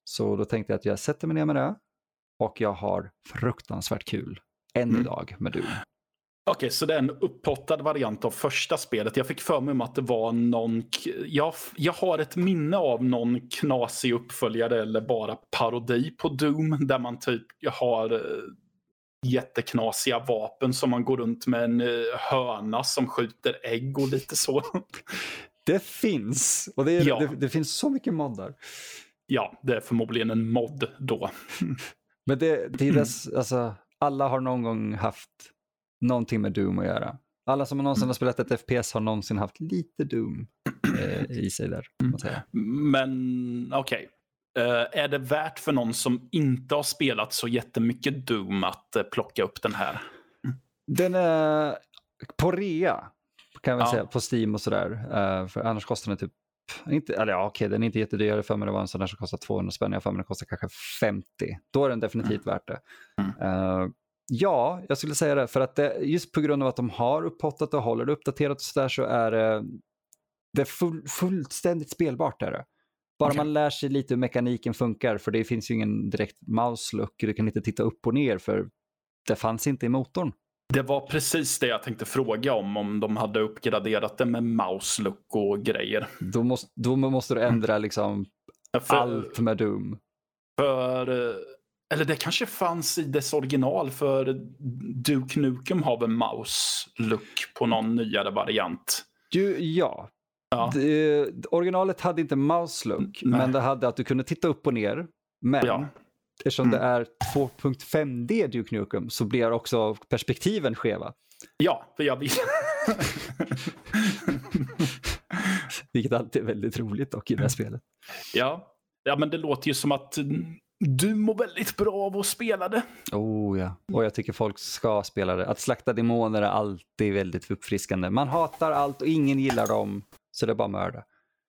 [SPEAKER 2] Så då tänkte jag att jag sätter mig ner med det. Och jag har fruktansvärt kul än idag med Doom.
[SPEAKER 1] Okej, så det är en upphottad variant av första spelet. Jag fick för mig om att det var någon... Jag har ett minne av någon knasig uppföljare eller bara parodi på Doom. Där man typ har jätteknasiga vapen som man går runt med en höna som skjuter ägg och lite så.
[SPEAKER 2] Det finns. Och det finns så mycket moddar.
[SPEAKER 1] Ja, det är förmodligen en mod då.
[SPEAKER 2] Men det är alltså, alla har någon gång haft någonting med Doom att göra. Alla som någonsin har spelat ett FPS har någonsin haft lite Doom i sig där.
[SPEAKER 1] Men okej. Är det värt för någon som inte har spelat så jättemycket Doom att plocka upp den här?
[SPEAKER 2] Den är på rea kan man säga, på Steam och sådär. För annars kostar den typ den är inte jättedyr för mig. Det var en sån där som kostar 200 spänn. Jag för mig den kostar kanske 50. Då är den definitivt värt det. Ja, jag skulle säga det. För att just på grund av att de har upphottat och håller det uppdaterat och sådär, så är det fullständigt spelbart där. Bara man lär sig lite hur mekaniken funkar, för det finns ju ingen direkt mouse-look. Du kan inte titta upp och ner, för det fanns inte i motorn.
[SPEAKER 1] Det var precis det jag tänkte fråga om de hade uppgraderat det med mouse-look och grejer.
[SPEAKER 2] Då måste du ändra liksom allt med Doom.
[SPEAKER 1] Eller det kanske fanns i dess original, för Duke Nukem har väl mouse-look på någon nyare variant.
[SPEAKER 2] Ja. Originalet hade inte mouse-look, men det hade att du kunde titta upp och ner. Men eftersom det är 2.5D Duke Nukem så blir också perspektiven skeva.
[SPEAKER 1] Ja, för jag vill.
[SPEAKER 2] Vilket alltid är väldigt roligt dock i det här spelet.
[SPEAKER 1] Ja, men det låter ju som att du mår väldigt bra av att spela det.
[SPEAKER 2] Ja, och jag tycker folk ska spela det. Att slakta demoner är alltid väldigt uppfriskande. Man hatar allt och ingen gillar dem, så det är bara mörda.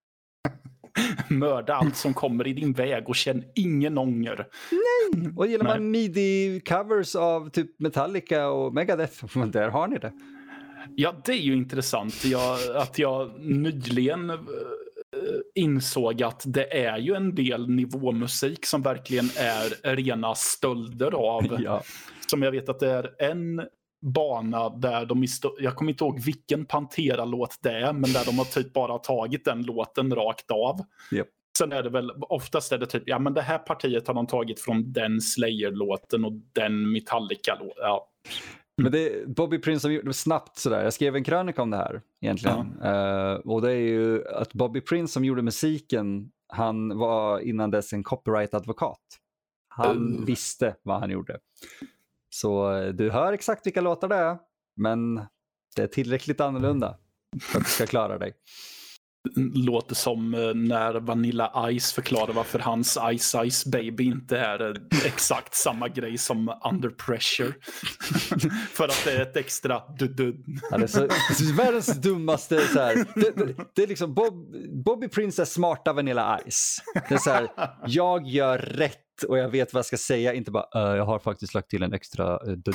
[SPEAKER 1] Mörda allt som kommer i din väg och känn ingen ånger.
[SPEAKER 2] Nej! Och gillar man midi-covers av typ Metallica och Megadeth, där har ni det.
[SPEAKER 1] Ja, det är ju intressant. Att jag nyligen insåg att det är ju en del nivåmusik som verkligen är rena stölder av. Ja. Som jag vet att det är en bana där jag kommer inte ihåg vilken Pantera-låt det är, men där de har typ bara tagit den låten rakt av.
[SPEAKER 2] Yep.
[SPEAKER 1] Sen är det väl, oftast är det typ, men det här partiet har de tagit från den Slayer-låten och den Metallica-låten. Ja.
[SPEAKER 2] Men det är Bobby Prince som gjorde det snabbt sådär. Jag skrev en krönika om det här egentligen. Och det är ju att Bobby Prince som gjorde musiken, han var innan dess en copyright-advokat. Han visste vad han gjorde. Så du hör exakt vilka låtar det är, men det är tillräckligt annorlunda för att du ska klara dig.
[SPEAKER 1] Låter som när Vanilla Ice förklarar varför hans Ice Ice Baby inte är exakt samma grej som Under Pressure. För att det är ett extra du-du.
[SPEAKER 2] Ja, det är världens dummaste så här. Det är liksom Bobby Prince är smarta Vanilla Ice. Det är så här, jag gör rätt och jag vet vad jag ska säga, inte bara jag har faktiskt lagt till en extra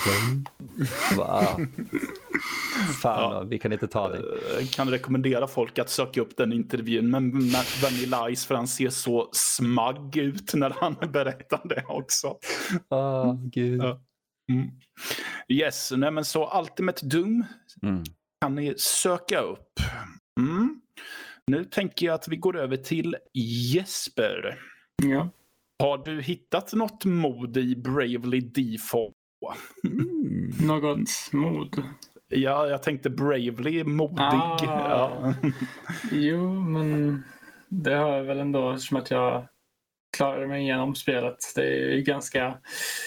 [SPEAKER 2] fan, vi kan inte ta det.
[SPEAKER 1] Jag kan rekommendera folk att söka upp den intervjun med Vanilla Ice, för han ser så smagg ut när han berättar det också.
[SPEAKER 2] Gud.
[SPEAKER 1] Yes, men så Ultimate Doom kan ni söka upp. Nu tänker jag att vi går över till Jesper.
[SPEAKER 3] Ja.
[SPEAKER 1] Har du hittat något mod i Bravely Default?
[SPEAKER 3] Något mod?
[SPEAKER 1] Ja, jag tänkte Bravely modig. Ja.
[SPEAKER 3] Jo, men det har jag väl ändå, som att jag klarade mig igenom spelet. Det är ju ganska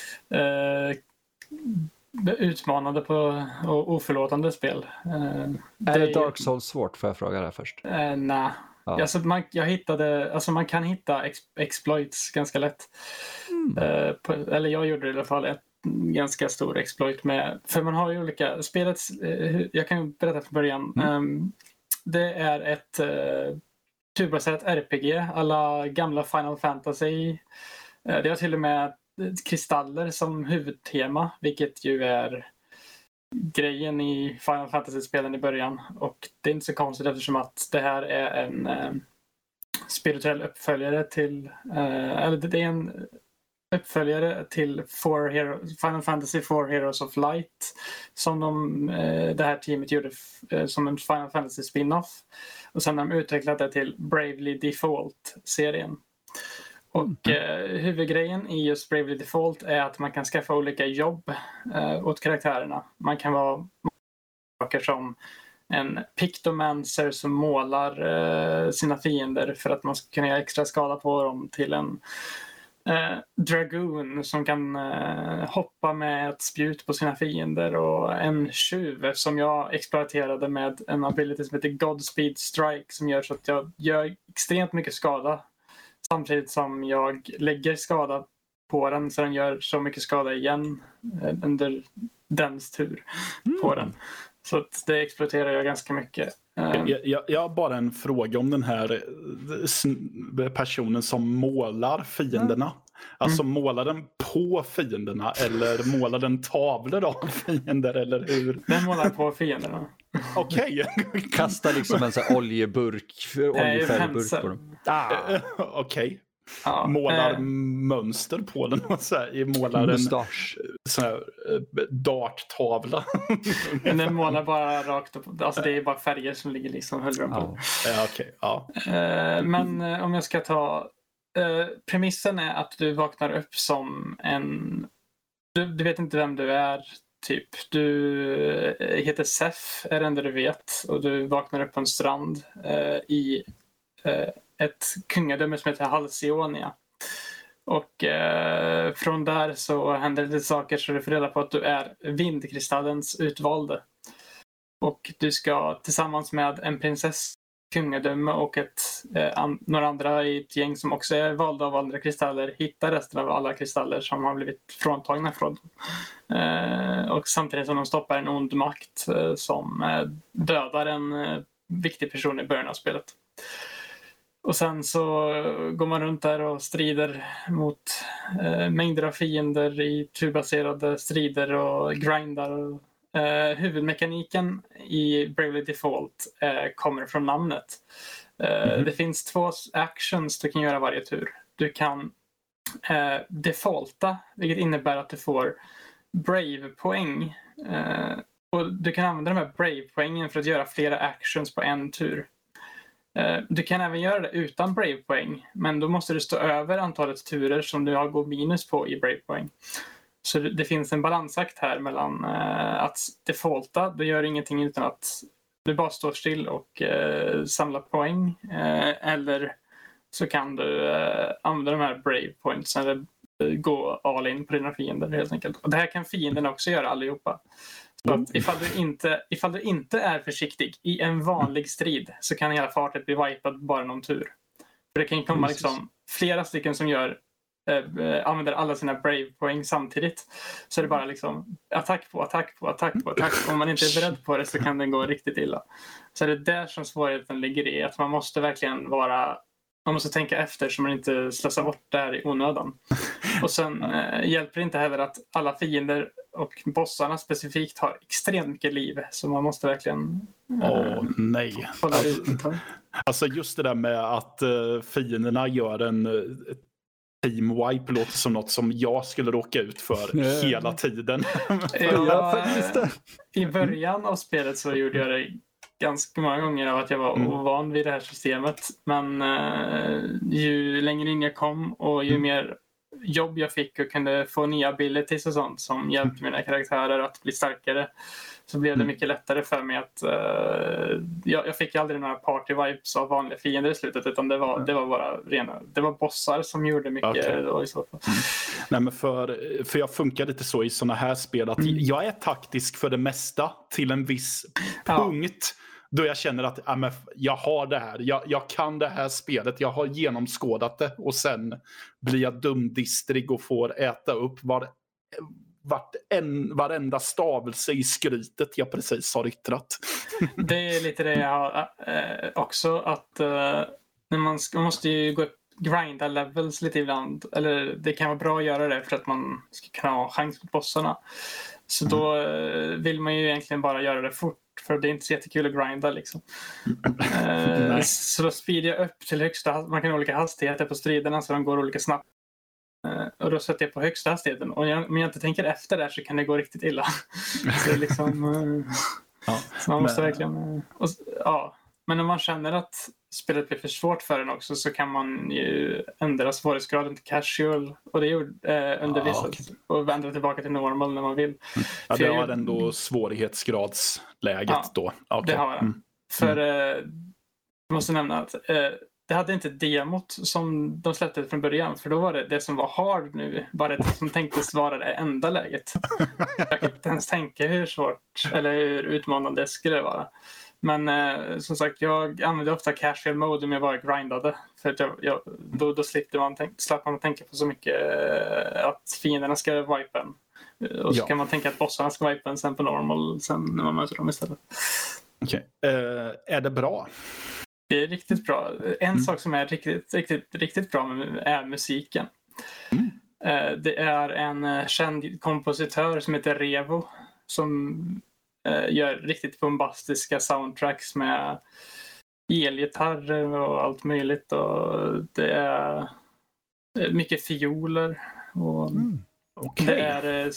[SPEAKER 3] utmanande och oförlåtande spel.
[SPEAKER 2] Är det Dark Souls svårt, får jag fråga där först?
[SPEAKER 3] Nej. Ja. Alltså man kan hitta exploits ganska lätt. Eller jag gjorde det i alla fall, ett ganska stor exploit med, för man har ju olika spelets, jag kan berätta från början. Det är ett turbaserat RPG alla gamla Final Fantasy. Det har till och med kristaller som huvudtema, vilket ju är grejen i Final Fantasy-spelen i början. Och det är inte så konstigt eftersom att det här är en spirituell uppföljare till eller det är en uppföljare till Final Fantasy 4 Heroes of Light som det här teamet gjorde som en Final Fantasy spin-off, och sen har de utvecklat det till Bravely Default-serien. Och huvudgrejen i just Bravely Default är att man kan skaffa olika jobb åt karaktärerna. Man kan vara saker som en pictomancer som målar sina fiender för att man ska kunna göra extra skada på dem, till en dragoon som kan hoppa med ett spjut på sina fiender, och en tjuv som jag exploaterade med en ability som heter Godspeed Strike som gör så att jag gör extremt mycket skada samtidigt som jag lägger skada på den så den gör så mycket skada igen under dens tur på den. Så att det exploaterar jag ganska mycket.
[SPEAKER 1] Jag har bara en fråga om den här personen som målar fienderna. Alltså målar den på fienderna eller målar den tavlor av fiender, eller hur?
[SPEAKER 3] Den målar på fienderna.
[SPEAKER 1] Okej.
[SPEAKER 2] Kastar liksom en sån här oljefärgburk på dem.
[SPEAKER 1] Okej.
[SPEAKER 3] Ja,
[SPEAKER 1] målar mönster på den och så här, målar en sån här darttavla.
[SPEAKER 3] Den målar bara rakt upp, alltså det är bara färger som ligger liksom höll på. Men om jag ska ta premissen är att du vaknar upp som en du vet inte vem du är typ. Du heter Seth är det enda du vet, och du vaknar upp på en strand i ett kungadöme som heter Halcyonia. Och från där så händer det saker så du får reda på att du är vindkristallens utvalde. Och du ska tillsammans med en prinsess kungadöme och några andra i ett gäng som också är valda av andra kristaller hitta resten av alla kristaller som har blivit fråntagna från dem. Och samtidigt som de stoppar en ond makt som dödar en viktig person i början av spelet. Och sen så går man runt där och strider mot mängder av fiender i turbaserade strider och grindar. Huvudmekaniken i Bravely Default kommer från namnet. Det finns 2 actions du kan göra varje tur. Du kan defaulta, vilket innebär att du får Brave-poäng. Och du kan använda de här Brave-poängen för att göra flera actions på en tur. Du kan även göra det utan Brave-poäng, men då måste du stå över antalet turer som du har gått minus på i Brave-poäng. Så det finns en balansakt här mellan att defaulta, det gör ingenting utan att du bara står still och samlar poäng. Eller så kan du använda de här Brave points eller gå all in på dina fiender helt enkelt. Och det här kan fienderna också göra allihopa. Så att ifall du inte är försiktig i en vanlig strid så kan hela fartet bli wipad bara någon tur. För det kan komma liksom flera stycken som använder alla sina Brave-poäng samtidigt. Så är det bara liksom attack på attack. Om man inte är beredd på det så kan den gå riktigt illa. Så är det där som svårigheten ligger i. Att man måste verkligen man måste tänka efter så man inte slösar bort det här i onödan. Och sen hjälper det inte heller att alla fiender och bossarna specifikt har extremt mycket liv. Så man måste verkligen
[SPEAKER 1] nej. Alltså just det där med att fienderna gör en team wipe låter som något som jag skulle råka ut för hela tiden.
[SPEAKER 3] I början av spelet så gjorde jag det ganska många gånger av att jag var ovan vid det här systemet. Men ju längre in jag kom och ju mer jobb jag fick och kunde få nya abilities och sånt som hjälpte mina karaktärer att bli starkare, så blev det mycket lättare för mig att jag fick aldrig några party vibes av vanliga fiender i slutet, utan det var bara det var bossar som gjorde mycket då i så fall.
[SPEAKER 1] Nej, men för jag funkar lite så i såna här spel att jag är taktisk för det mesta till en viss punkt då jag känner att jag har det här, jag kan det här spelet, jag har genomskådat det, och sen blir jag dumdistrig och får äta upp varenda stavelse i skrytet jag precis har yttrat.
[SPEAKER 3] Det är lite det jag har också, att man måste ju gå upp grinda levels lite ibland, eller det kan vara bra att göra det för att man ska kunna ha chans mot bossarna. Så då vill man ju egentligen bara göra det fort, för det är inte så jättekul att grinda liksom. Så då speedar jag upp till högsta, man kan ha olika hastigheter på striderna så de går olika snabbt. Och då sätter jag på högsta hastigheten. Och om jag inte tänker efter där så kan det gå riktigt illa. Så liksom, så man måste verkligen... Men om man känner att spelet blir för svårt för en också så kan man ju ändra svårighetsgraden till casual. Och det gjorde under vissa. Och ändra tillbaka till normal när man vill.
[SPEAKER 1] Ja, det har ändå svårighetsgradsläget då. Okay.
[SPEAKER 3] Det har den. För jag måste nämna att det hade inte demot som de släppte från början. För då var det som var hard nu. Bara det som tänktes vara det enda läget. Jag kan inte ens tänka hur svårt eller hur utmanande det skulle vara. Men som sagt, jag använde ofta casual mode om jag bara grindade. För att då slapp man tänka på så mycket att fienderna ska vipa en. Och så kan man tänka att bossarna ska vipa en sen på normal sen när man möter dem istället.
[SPEAKER 1] Okej. Är det bra?
[SPEAKER 3] Det är riktigt bra. En sak som är riktigt bra är musiken. Det är en känd kompositör som heter Revo som gör riktigt bombastiska soundtracks med elgitarrer och allt möjligt. Och det är mycket fioler. Och det är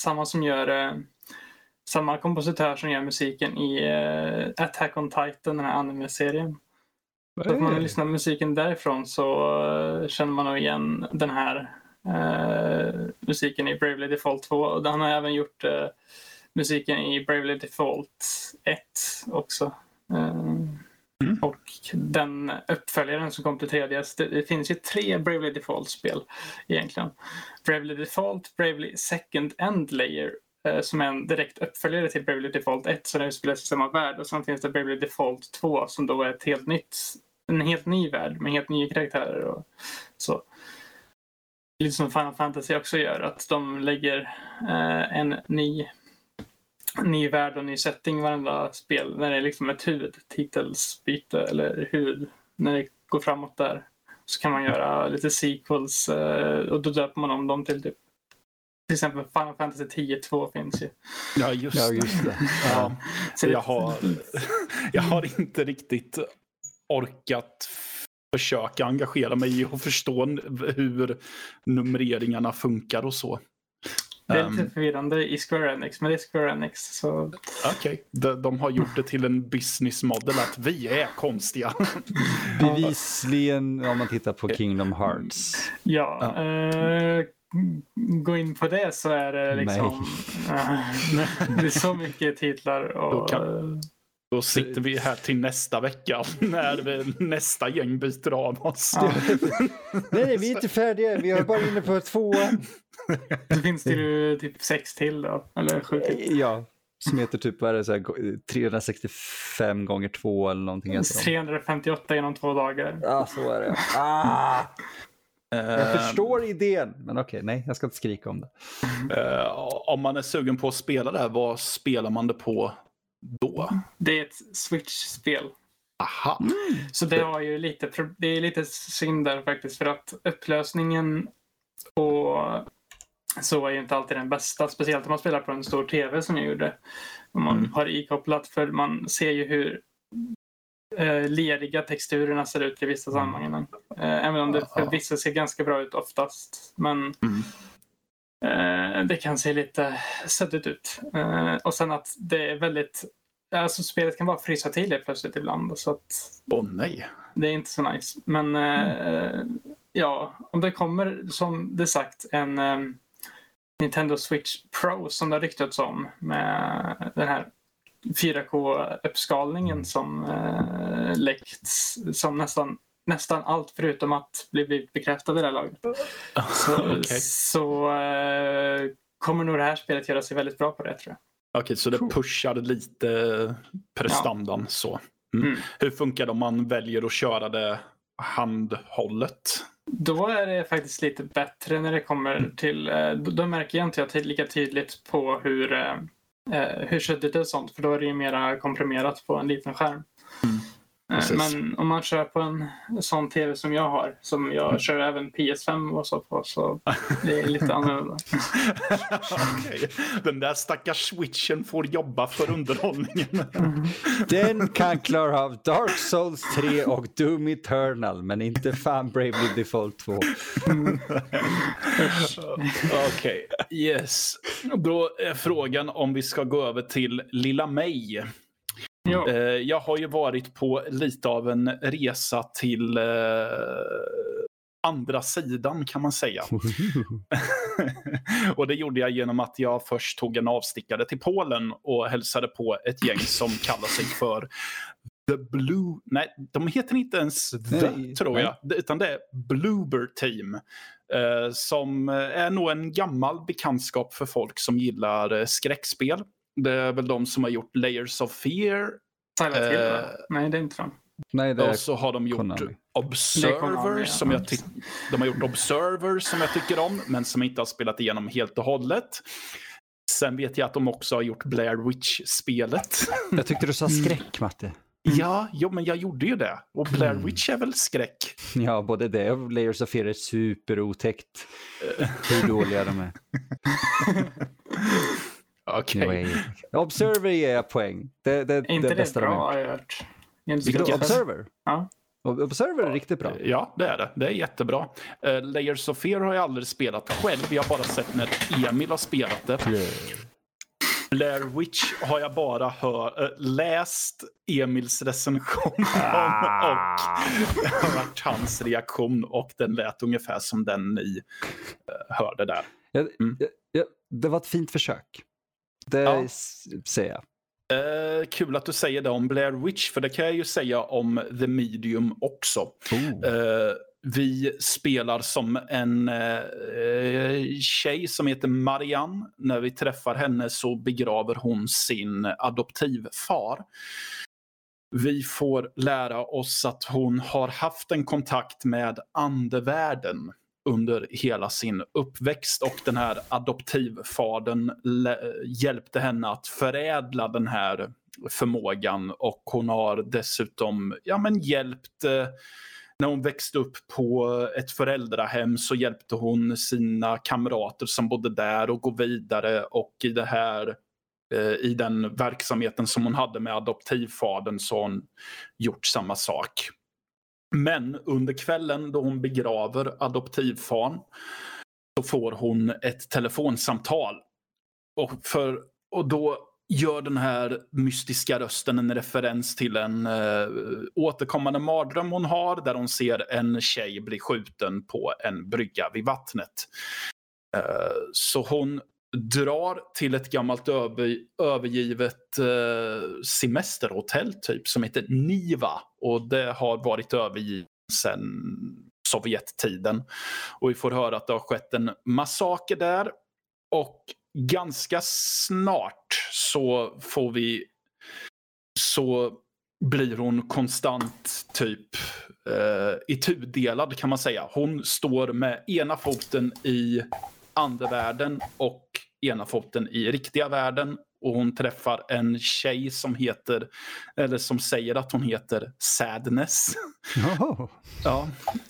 [SPEAKER 3] samma kompositör som gör musiken i Attack on Titan, den här anime-serien. Så om man lyssnar på musiken därifrån så känner man nog igen den här musiken i Bravely Default 2. Och han har även gjort musiken i Bravely Default 1 också. Och den uppföljaren som kom till 3DS, det finns ju 3 Bravely Default-spel egentligen. Bravely Default, Bravely Second End Layer som är en direkt uppföljare till Bravely Default 1 så det spelas i samma värld. Och sen finns det Bravely Default 2 som då är en helt ny värld med helt nya karaktärer och så. Lite som Final Fantasy också gör, att de lägger en ny värld och ny setting i varenda spel när det är liksom ett huvudtitelsbyte eller när det går framåt där. Så kan man göra lite sequels och då döper man om dem till exempel Final Fantasy 10-2 finns ju.
[SPEAKER 1] Ja, just det. Ja. Så jag har inte riktigt orkat försöka engagera mig i och förstå hur numreringarna funkar och så.
[SPEAKER 3] Det är lite förvirrande i Square Enix, men det är Square Enix. Så...
[SPEAKER 1] Okej, de har gjort det till en business model att vi är konstiga.
[SPEAKER 2] Bevisligen om man tittar på Kingdom Hearts.
[SPEAKER 3] Ja. Gå in på det så är det liksom... det är så mycket titlar och...
[SPEAKER 1] Då sitter vi här till nästa vecka när nästa gäng byter av oss.
[SPEAKER 2] Nej, vi är inte färdiga. Vi är bara inne på 2.
[SPEAKER 3] Det finns det ju typ 6 till då. Eller 7 till.
[SPEAKER 2] Ja, som heter typ 365 gånger 2 eller någonting.
[SPEAKER 3] 358 inom 2 dagar.
[SPEAKER 2] Ja, så är det. Jag förstår idén, men okej, nej, jag ska inte skrika om det.
[SPEAKER 1] Om man är sugen på att spela det här, vad spelar man det på då?
[SPEAKER 3] Det är ett Switch-spel.
[SPEAKER 1] Aha.
[SPEAKER 3] Så det har ju det är lite synd där faktiskt, för att upplösningen och så är ju inte alltid den bästa, speciellt om man spelar på en stor tv som jag gjorde. Om man har ikopplat, för man ser ju hur leriga texturerna ser ut i vissa sammanhang. Även om det för vissa ser ganska bra ut oftast. Men det kan se lite suddigt ut. Och sen att det är väldigt... Alltså spelet kan bara frysa till det plötsligt ibland. Så att
[SPEAKER 1] nej.
[SPEAKER 3] Det är inte så nice. Men ja, om det kommer som det sagt en Nintendo Switch Pro som det har ryktats om med den här 4K-uppskalningen som läckts som nästan allt förutom att bli bekräftad i det här laget. Så kommer nog det här spelet göra sig väldigt bra på det, tror jag.
[SPEAKER 1] Okej, så det pushar lite prestandan så. Hur funkar det om man väljer att köra det handhållet?
[SPEAKER 3] Då är det faktiskt lite bättre när det kommer till... Då märker jag inte lika tydligt på hur suddigt det är sånt. För då är det ju mera komprimerat på en liten skärm. Men om man kör på en sån tv som jag har, som jag kör även PS5 och så på, så det är lite annorlunda.
[SPEAKER 1] Okay. Den där stackars switchen får jobba för underhållningen.
[SPEAKER 2] Den kan klara av Dark Souls 3 och Doom Eternal, men inte fan Bravely Default 2.
[SPEAKER 1] Okej, yes. Då är frågan om vi ska gå över till Lilla May.
[SPEAKER 3] Ja.
[SPEAKER 1] Jag har ju varit på lite av en resa till andra sidan, kan man säga. Och det gjorde jag genom att jag först tog en avstickare till Polen och hälsade på ett gäng som kallar sig för The Blue... Nej, de heter inte ens tror jag. Utan det är Bloober Team. Som är nog en gammal bekantskap för folk som gillar skräckspel. Det är väl de som har gjort Layers of Fear.
[SPEAKER 3] Nej, det är inte fan.
[SPEAKER 2] Nej, det är
[SPEAKER 1] och så har de gjort
[SPEAKER 2] Konami.
[SPEAKER 1] Observer som de har gjort Observer som jag tycker om, men som inte har spelat igenom helt och hållet. Sen vet jag att de också har gjort Blair Witch-spelet.
[SPEAKER 2] Jag tyckte du sa skräck, Matte.
[SPEAKER 1] Ja, men jag gjorde ju det. Och Blair Witch är väl skräck?
[SPEAKER 2] Ja, både det och Layers of Fear är superotäckt. Hur dåliga de är.
[SPEAKER 1] Okej.
[SPEAKER 2] Observer ger jag poäng. Det är
[SPEAKER 3] inte
[SPEAKER 2] det bästa
[SPEAKER 3] det
[SPEAKER 2] de
[SPEAKER 3] bra,
[SPEAKER 2] har
[SPEAKER 3] har jag hört.
[SPEAKER 2] Observer?
[SPEAKER 3] Ja.
[SPEAKER 2] Observer är riktigt bra.
[SPEAKER 1] Ja, det är det. Det är jättebra. Layers of Fear har jag aldrig spelat själv. Jag har bara sett när Emil har spelat det. Blair Witch har jag bara läst Emils recension om och hört hans reaktion, och den lät ungefär som den ni hörde där.
[SPEAKER 2] Det var ett fint försök. Det säger jag.
[SPEAKER 1] Kul att du säger det om Blair Witch, för det kan jag ju säga om The Medium också. Vi spelar som en tjej som heter Marianne. När vi träffar henne så begraver hon sin adoptivfar. Vi får lära oss att hon har haft en kontakt med andevärlden under hela sin uppväxt, och den här adoptivfadern hjälpte henne att förädla den här förmågan, och hon har dessutom hjälpt. När hon växte upp på ett föräldrahem så hjälpte hon sina kamrater som bodde där att gå vidare, och i den verksamheten som hon hade med adoptivfadern så har hon gjort samma sak. Men under kvällen då hon begraver adoptivfan så får hon ett telefonsamtal. Och då gör den här mystiska rösten en referens till en återkommande mardröm hon har, där hon ser en tjej bli skjuten på en brygga vid vattnet. Så hon drar till ett gammalt övergivet semesterhotell typ som heter Niva, och det har varit övergivet sedan Sovjettiden, och vi får höra att det har skett en massaker där, och ganska snart så blir hon konstant typ itudelad, kan man säga. Hon står med ena foten i andevärlden och ena foten i riktiga världen, och hon träffar en tjej som säger att hon heter Sadness. Ja,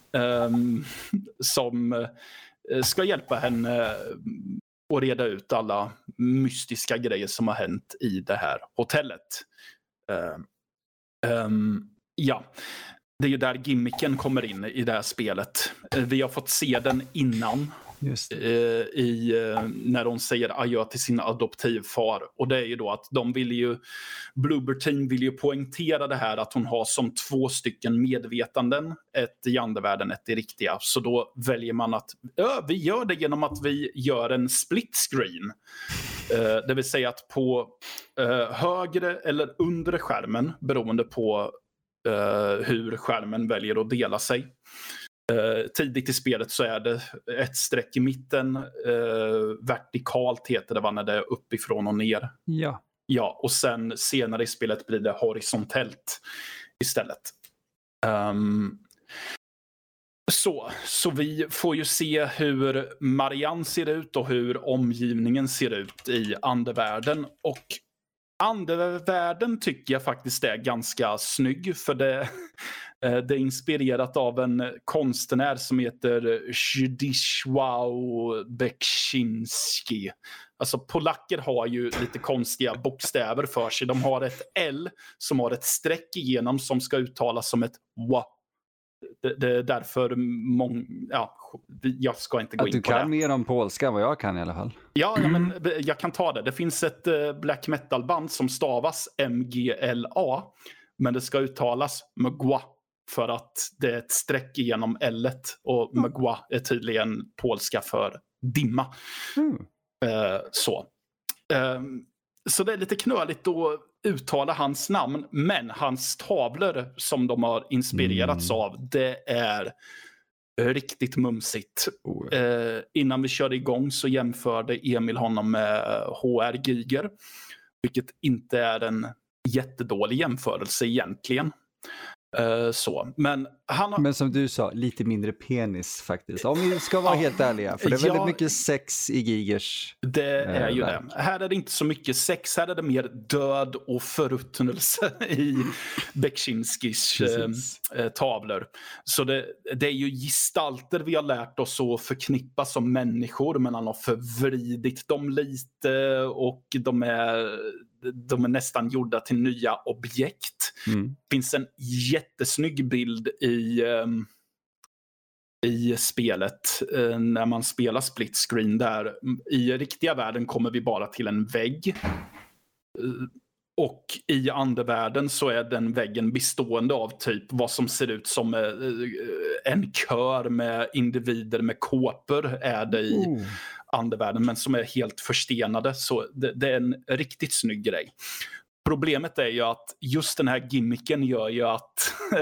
[SPEAKER 1] som ska hjälpa henne att reda ut alla mystiska grejer som har hänt i det här hotellet. Det är ju där gimmicken kommer in i det här spelet. Vi har fått se den innan. När de säger adjö till sin adoptivfar, och det är ju då att Bloober Team vill ju poängtera det här att hon har som 2 stycken medvetanden, ett i andevärlden, ett i riktiga. Så då väljer man att vi gör det genom att vi gör en split screen, det vill säga att på högre eller undre skärmen, beroende på hur skärmen väljer att dela sig. Tidigt i spelet så är det ett streck i mitten, vertikalt heter det, när det är uppifrån och ner. Ja, och sen senare i spelet blir det horisontellt istället. Så vi får ju se hur Marianne ser ut och hur omgivningen ser ut i andevärlden, och Andevärlden tycker jag faktiskt är ganska snygg, för det är inspirerat av en konstnär som heter Zdzisław Beksiński. Alltså polacker har ju lite konstiga bokstäver för sig. De har ett L som har ett streck igenom som ska uttalas som ett wa. Det är därför jag ska inte gå in på det.
[SPEAKER 2] Att du kan mer om polska än vad jag kan i alla fall.
[SPEAKER 1] Ja, men jag kan ta det. Det finns ett black metal-band som stavas MGLA, men det ska uttalas mgła för att det är ett streck igenom L-et, och mgła är tydligen polska för dimma. Så det är lite knöligt att uttala hans namn, men hans tavlor som de har inspirerats av, det är riktigt mumsigt. Innan vi körde igång så jämförde Emil honom med HR Giger, vilket inte är en jättedålig jämförelse egentligen. Men
[SPEAKER 2] som du sa, lite mindre penis faktiskt. Om vi ska vara helt ärliga. För det är väldigt mycket sex i Gigers.
[SPEAKER 1] Det är ju det. Här är det inte så mycket sex. Här är det mer död och förruttnelse i Beksińskis tavlor. Så det är ju gestalter vi har lärt oss att förknippa som människor. Men han har förvridit dem lite, och de är nästan gjorda till nya objekt. Det finns en jättesnygg bild i spelet när man spelar split screen, där i riktiga världen kommer vi bara till en vägg. Och i andevärlden så är den väggen bestående av typ vad som ser ut som en kör med individer med kåpor är det i andevärlden, men som är helt förstenade. Så det är en riktigt snygg grej. Problemet är ju att just den här gimmicken gör ju att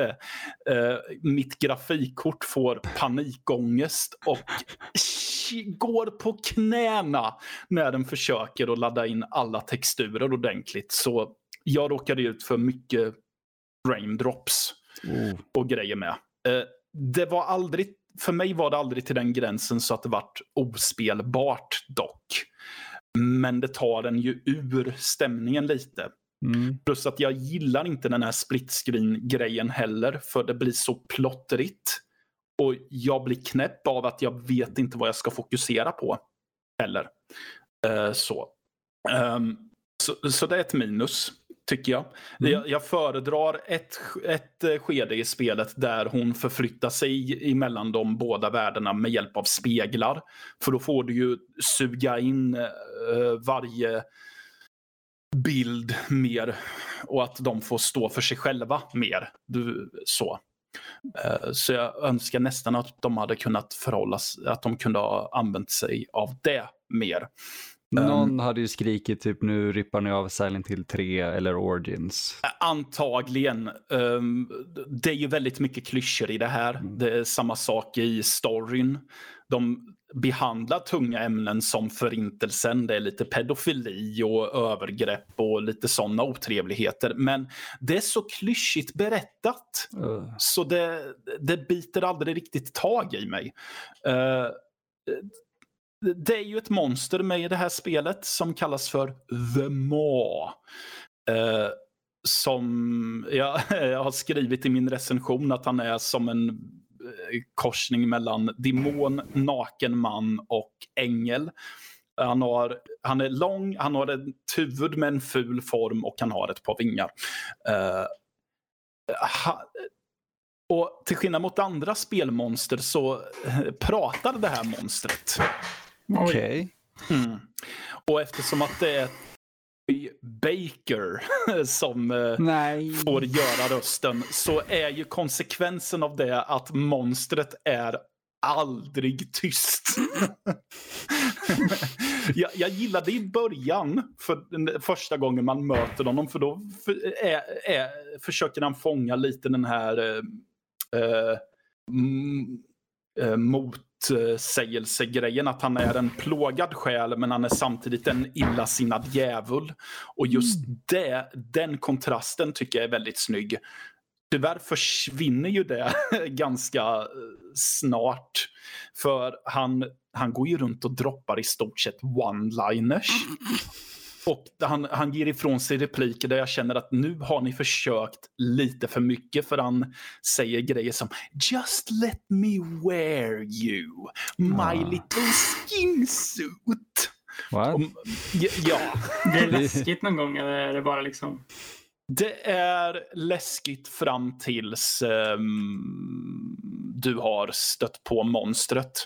[SPEAKER 1] mitt grafikkort får panikångest och går på knäna när den försöker att ladda in alla texturer ordentligt. Så jag råkade ut för mycket frame drops och grejer med. Det var aldrig, för mig var det aldrig till den gränsen så att det vart ospelbart dock. Men det tar den ju ur stämningen lite. Plus att jag gillar inte den här split screen grejen heller, för det blir så plottrigt. Och jag blir knäpp av att jag vet inte vad jag ska fokusera på heller. Så det är ett minus, tycker jag. Jag föredrar ett skede i spelet där hon förflyttar sig emellan de båda världarna med hjälp av speglar. För då får du ju suga in varje bild mer, och att de får stå för sig själva mer. Så jag önskar nästan att de hade kunnat att de kunde ha använt sig av det mer.
[SPEAKER 2] Någon hade ju skrikit typ nu rippar ni av Silent Hill 3 eller Origins.
[SPEAKER 1] Antagligen. Det är ju väldigt mycket klyschor i det här. Det är samma sak i storyn. De behandlar tunga ämnen som förintelsen. Det är lite pedofili och övergrepp och lite sådana otrevligheter. Men det är så klyschigt berättat. Så det biter aldrig riktigt tag i mig. Det är ju ett monster med i det här spelet som kallas för The Maw. Som jag har skrivit i min recension att han är som en korsning mellan demon, naken man och ängel. Han är lång, han har ett huvud med en ful form och han har ett par vingar. Och till skillnad mot andra spelmonster så pratar det här monstret.
[SPEAKER 2] Okej.
[SPEAKER 1] Och eftersom att det är Baker som får göra rösten, så är ju konsekvensen av det att monstret är aldrig tyst. Jag gillade i början, för den första gången man möter honom, för då försöker han fånga lite den här motsägelsegrejen, att han är en plågad själ men han är samtidigt en illasinnad djävul. Och just den kontrasten tycker jag är väldigt snygg. Tyvärr försvinner ju det ganska snart, för han går ju runt och droppar i stort sett one-liners. Och han ger ifrån sig repliker där jag känner att nu har ni försökt lite för mycket, för han säger grejer som just let me wear you, my little skin suit.
[SPEAKER 2] What?
[SPEAKER 1] Ja.
[SPEAKER 3] Det är läskigt någon gång, eller är det bara liksom...
[SPEAKER 1] Det är läskigt fram tills du har stött på monstret.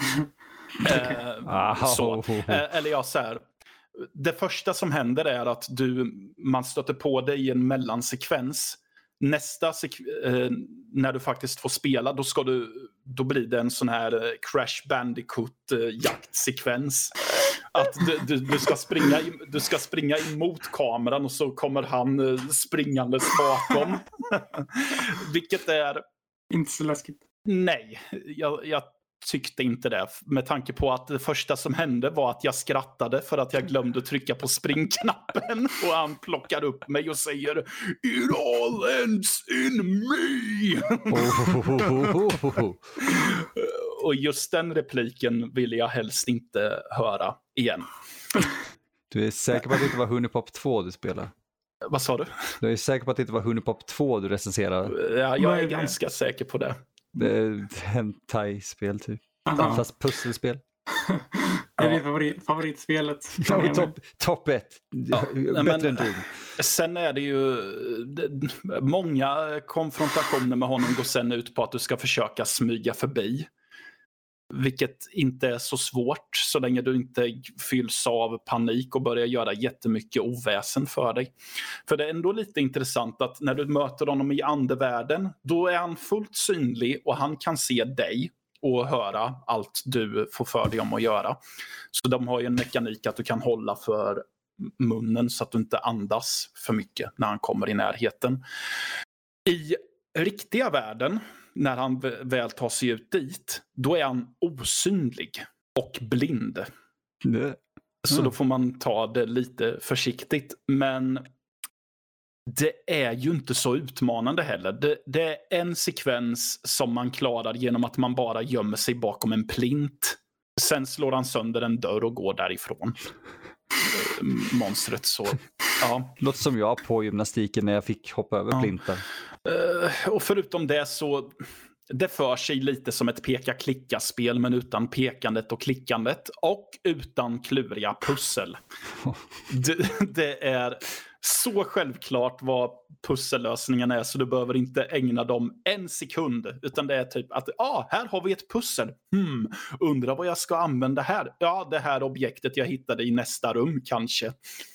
[SPEAKER 1] Eller jag så här. Det första som händer är att man stöter på dig i en mellansekvens. Nästa när du faktiskt får spela, då blir det en sån här Crash Bandicoot jaktsekvens. Att du ska springa emot kameran och så kommer han springandes bakom. Vilket är...
[SPEAKER 3] Inte så läskigt.
[SPEAKER 1] Nej, jag tyckte inte det. Med tanke på att det första som hände var att jag skrattade för att jag glömde trycka på springknappen. Och han plockar upp mig och säger "It all ends in me!" Och just den repliken ville jag helst inte höra igen.
[SPEAKER 2] Du är säker på att det inte var Hunipop 2 du spelar?
[SPEAKER 1] Vad sa du?
[SPEAKER 2] Du är säker på att det inte var Hunipop 2 du recenserar?
[SPEAKER 1] Ja, jag är ganska säker på det.
[SPEAKER 2] Det är hentai-spel typ. Fast pusselspel.
[SPEAKER 3] Det är det favoritspelet.
[SPEAKER 2] Topp 1. Bättre än du.
[SPEAKER 1] Sen är det ju många konfrontationer med honom går sen ut på att du ska försöka smyga förbi. Vilket inte är så svårt så länge du inte fylls av panik och börjar göra jättemycket oväsen för dig. För det är ändå lite intressant att när du möter honom i andevärlden, då är han fullt synlig och han kan se dig och höra allt du får för dig om att göra. Så de har ju en mekanik att du kan hålla för munnen så att du inte andas för mycket när han kommer i närheten. I riktiga världen, när han väl tar sig ut dit, då är han osynlig och blind. Så då får man ta det lite försiktigt. Men det är ju inte så utmanande heller. Det är en sekvens som man klarar genom att man bara gömmer sig bakom en plint. Sen slår han sönder en dörr och går därifrån. Monstret så. Ja.
[SPEAKER 2] Låter som jag på gymnastiken när jag fick hoppa över plinten.
[SPEAKER 1] Och förutom det så det för sig lite som ett peka-klicka-spel, men utan pekandet och klickandet och utan kluriga pussel. Det är så självklart vad pussellösningen är så du behöver inte ägna dem en sekund, utan det är typ att här har vi ett pussel. Undrar vad jag ska använda här. Ja, det här objektet jag hittade i nästa rum kanske.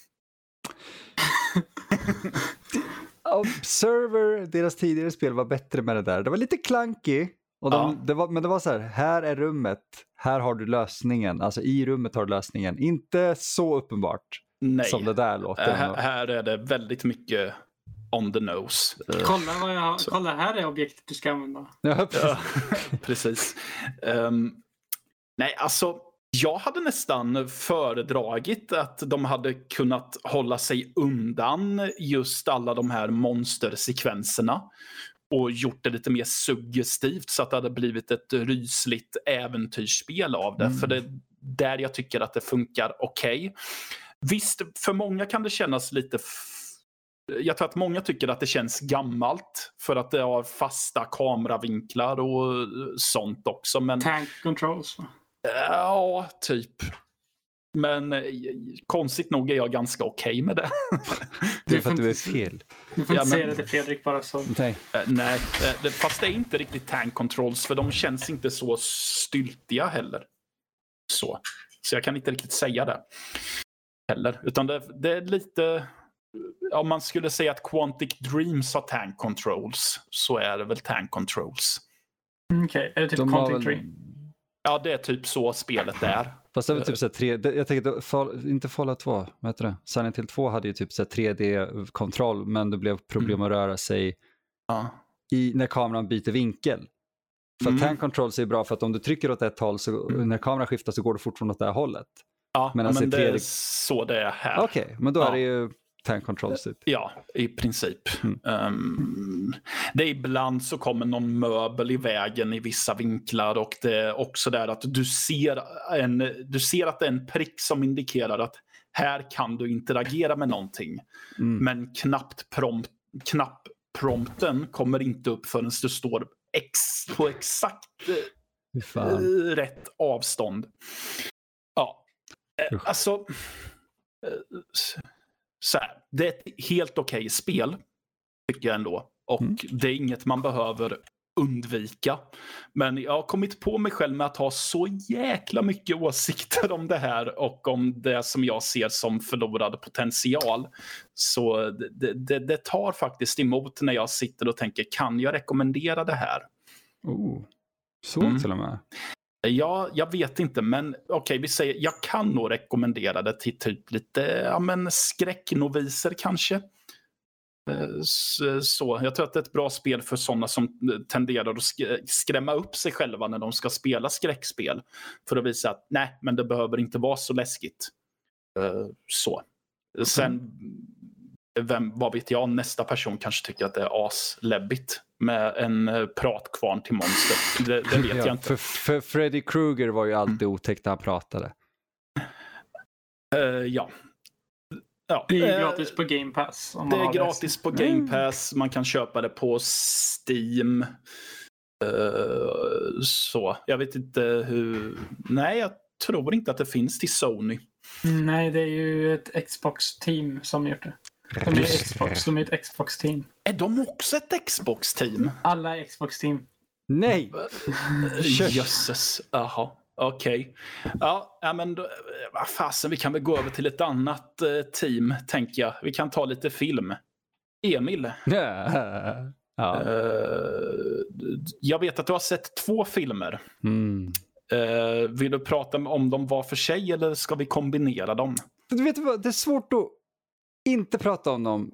[SPEAKER 2] Observer, deras tidigare spel var bättre med det där. Det var lite clunky. Och men det var så här är rummet, här har du lösningen. Alltså i rummet har du lösningen. Inte så uppenbart.
[SPEAKER 1] Nej.
[SPEAKER 2] Som det där låter.
[SPEAKER 1] Här är det väldigt mycket on the nose.
[SPEAKER 3] Kolla, här är objektet du ska använda.
[SPEAKER 2] Ja, precis.
[SPEAKER 1] Ja, precis. Nej, alltså jag hade nästan föredragit att de hade kunnat hålla sig undan just alla de här monstersekvenserna och gjort det lite mer suggestivt så att det hade blivit ett rysligt äventyrsspel av det. För det är där jag tycker att det funkar okej. Visst, för många kan det kännas lite... Jag tror att många tycker att det känns gammalt för att det har fasta kameravinklar och sånt också. Men...
[SPEAKER 3] Tank controls.
[SPEAKER 1] Ja, typ. Men konstigt nog är jag ganska okej med det.
[SPEAKER 2] Det är för att du är fel.
[SPEAKER 3] Du får inte säga det till Fredrik bara så.
[SPEAKER 1] Nej, fast det är inte riktigt tank controls för de känns inte så styltiga heller. Så jag kan inte riktigt säga det heller. Utan det är lite... Om man skulle säga att Quantic Dreams har tank controls så är det väl tank controls.
[SPEAKER 3] Okej, är det typ Quantic Dream?
[SPEAKER 1] Ja, det är typ så spelet är.
[SPEAKER 2] Fast det var typ så här jag tänkte, inte Fallout 2, vad heter det? Silent Hill 2 hade ju typ så här 3D-kontroll, men det blev problem att röra sig när kameran byter vinkel. För tank controls är bra för att om du trycker åt ett håll så när kameran skiftar så går det fortfarande åt det här hållet.
[SPEAKER 1] Ja, men det är så det är här.
[SPEAKER 2] Okej, men då är det ju tank controls typ.
[SPEAKER 1] Ja, i princip. Det är ibland så kommer någon möbel i vägen i vissa vinklar och det är också där att du ser att det är en prick som indikerar att här kan du interagera med någonting. Men knappprompten kommer inte upp förrän du står på exakt rätt avstånd. Ja, alltså så här, det är ett helt okej spel tycker jag ändå. Och det är inget man behöver undvika. Men jag har kommit på mig själv med att ha så jäkla mycket åsikter om det här och om det som jag ser som förlorad potential. Så det tar faktiskt emot när jag sitter och tänker, kan jag rekommendera det här?
[SPEAKER 2] Så till och med.
[SPEAKER 1] Ja, jag vet inte, men okej, vi säger jag kan nog rekommendera det till typ lite skräcknoviser kanske. Så jag tror att det är ett bra spel för sådana som tenderar att skrämma upp sig själva när de ska spela skräckspel, för att visa att nej, men det behöver inte vara så läskigt. Så. Sen vad vet jag, nästa person kanske tycker att det är asläbbigt med en pratkvarn till monster. Det vet jag inte.
[SPEAKER 2] För Freddy Krueger var ju alltid otäckt när han pratade.
[SPEAKER 1] Ja.
[SPEAKER 3] Det är gratis på Game Pass.
[SPEAKER 1] Det är gratis på Game Pass. Man kan köpa det på Steam. Så. Jag vet inte hur... Nej, jag tror inte att det finns till Sony.
[SPEAKER 3] Nej, det är ju ett Xbox-team som gjort det. De är ett Xbox-team.
[SPEAKER 1] Är de också ett Xbox-team?
[SPEAKER 3] Alla är Xbox-team.
[SPEAKER 2] Nej!
[SPEAKER 1] Jösses. Jaha. Okej. Ja, men då, vad fasen, vi kan väl gå över till ett annat team, tänker jag. Vi kan ta lite film. Emil.
[SPEAKER 2] Ja.
[SPEAKER 1] Jag vet att du har sett 2 filmer. Vill du prata om dem var för sig eller ska vi kombinera dem?
[SPEAKER 2] Du vet vad, det är svårt att inte prata om dem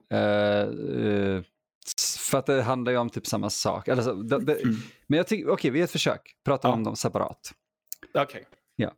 [SPEAKER 2] för att det handlar ju om typ samma sak. Alltså, men jag tycker, okej, vi gör ett försök. Prata om dem separat.
[SPEAKER 1] Okej.
[SPEAKER 2] Ja.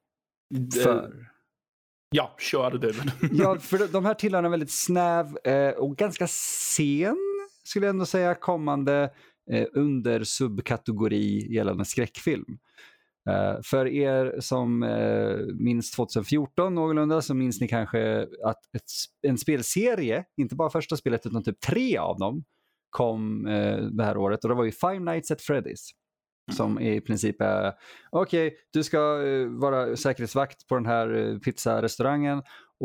[SPEAKER 1] Ja, kör du.
[SPEAKER 2] Ja, för de här tillhör en väldigt snäv och ganska sen, skulle jag ändå säga, kommande under subkategori gällande skräckfilm. För er som minns 2014 någorlunda, så minns ni kanske att en spelserie, inte bara första spelet utan typ 3 av dem, kom det här året. Och det var ju Five Nights at Freddy's. Som i princip är, okej, du ska vara säkerhetsvakt på den här pizzarestaurangen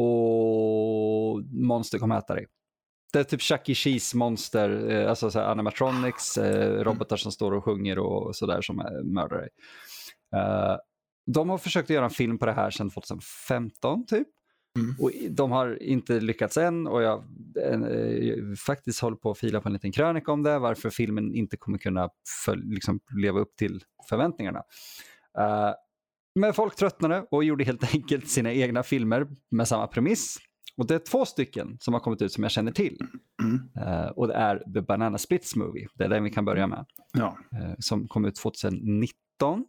[SPEAKER 2] och monster kommer äta dig. Det är typ Chuck E. Cheese monster, alltså så här animatronics, robotar som står och sjunger och sådär som mördar dig. De har försökt göra en film på det här sedan 2015 typ. Och de har inte lyckats än, och jag faktiskt håller på att fila på en liten krönika om det, varför filmen inte kommer kunna leva upp till förväntningarna. Men folk tröttnade och gjorde helt enkelt sina egna filmer med samma premiss. Och det är 2 stycken som har kommit ut som jag känner till. Och det är The Banana Splits Movie. Det är den vi kan börja med. Ja. Som kom ut 2019.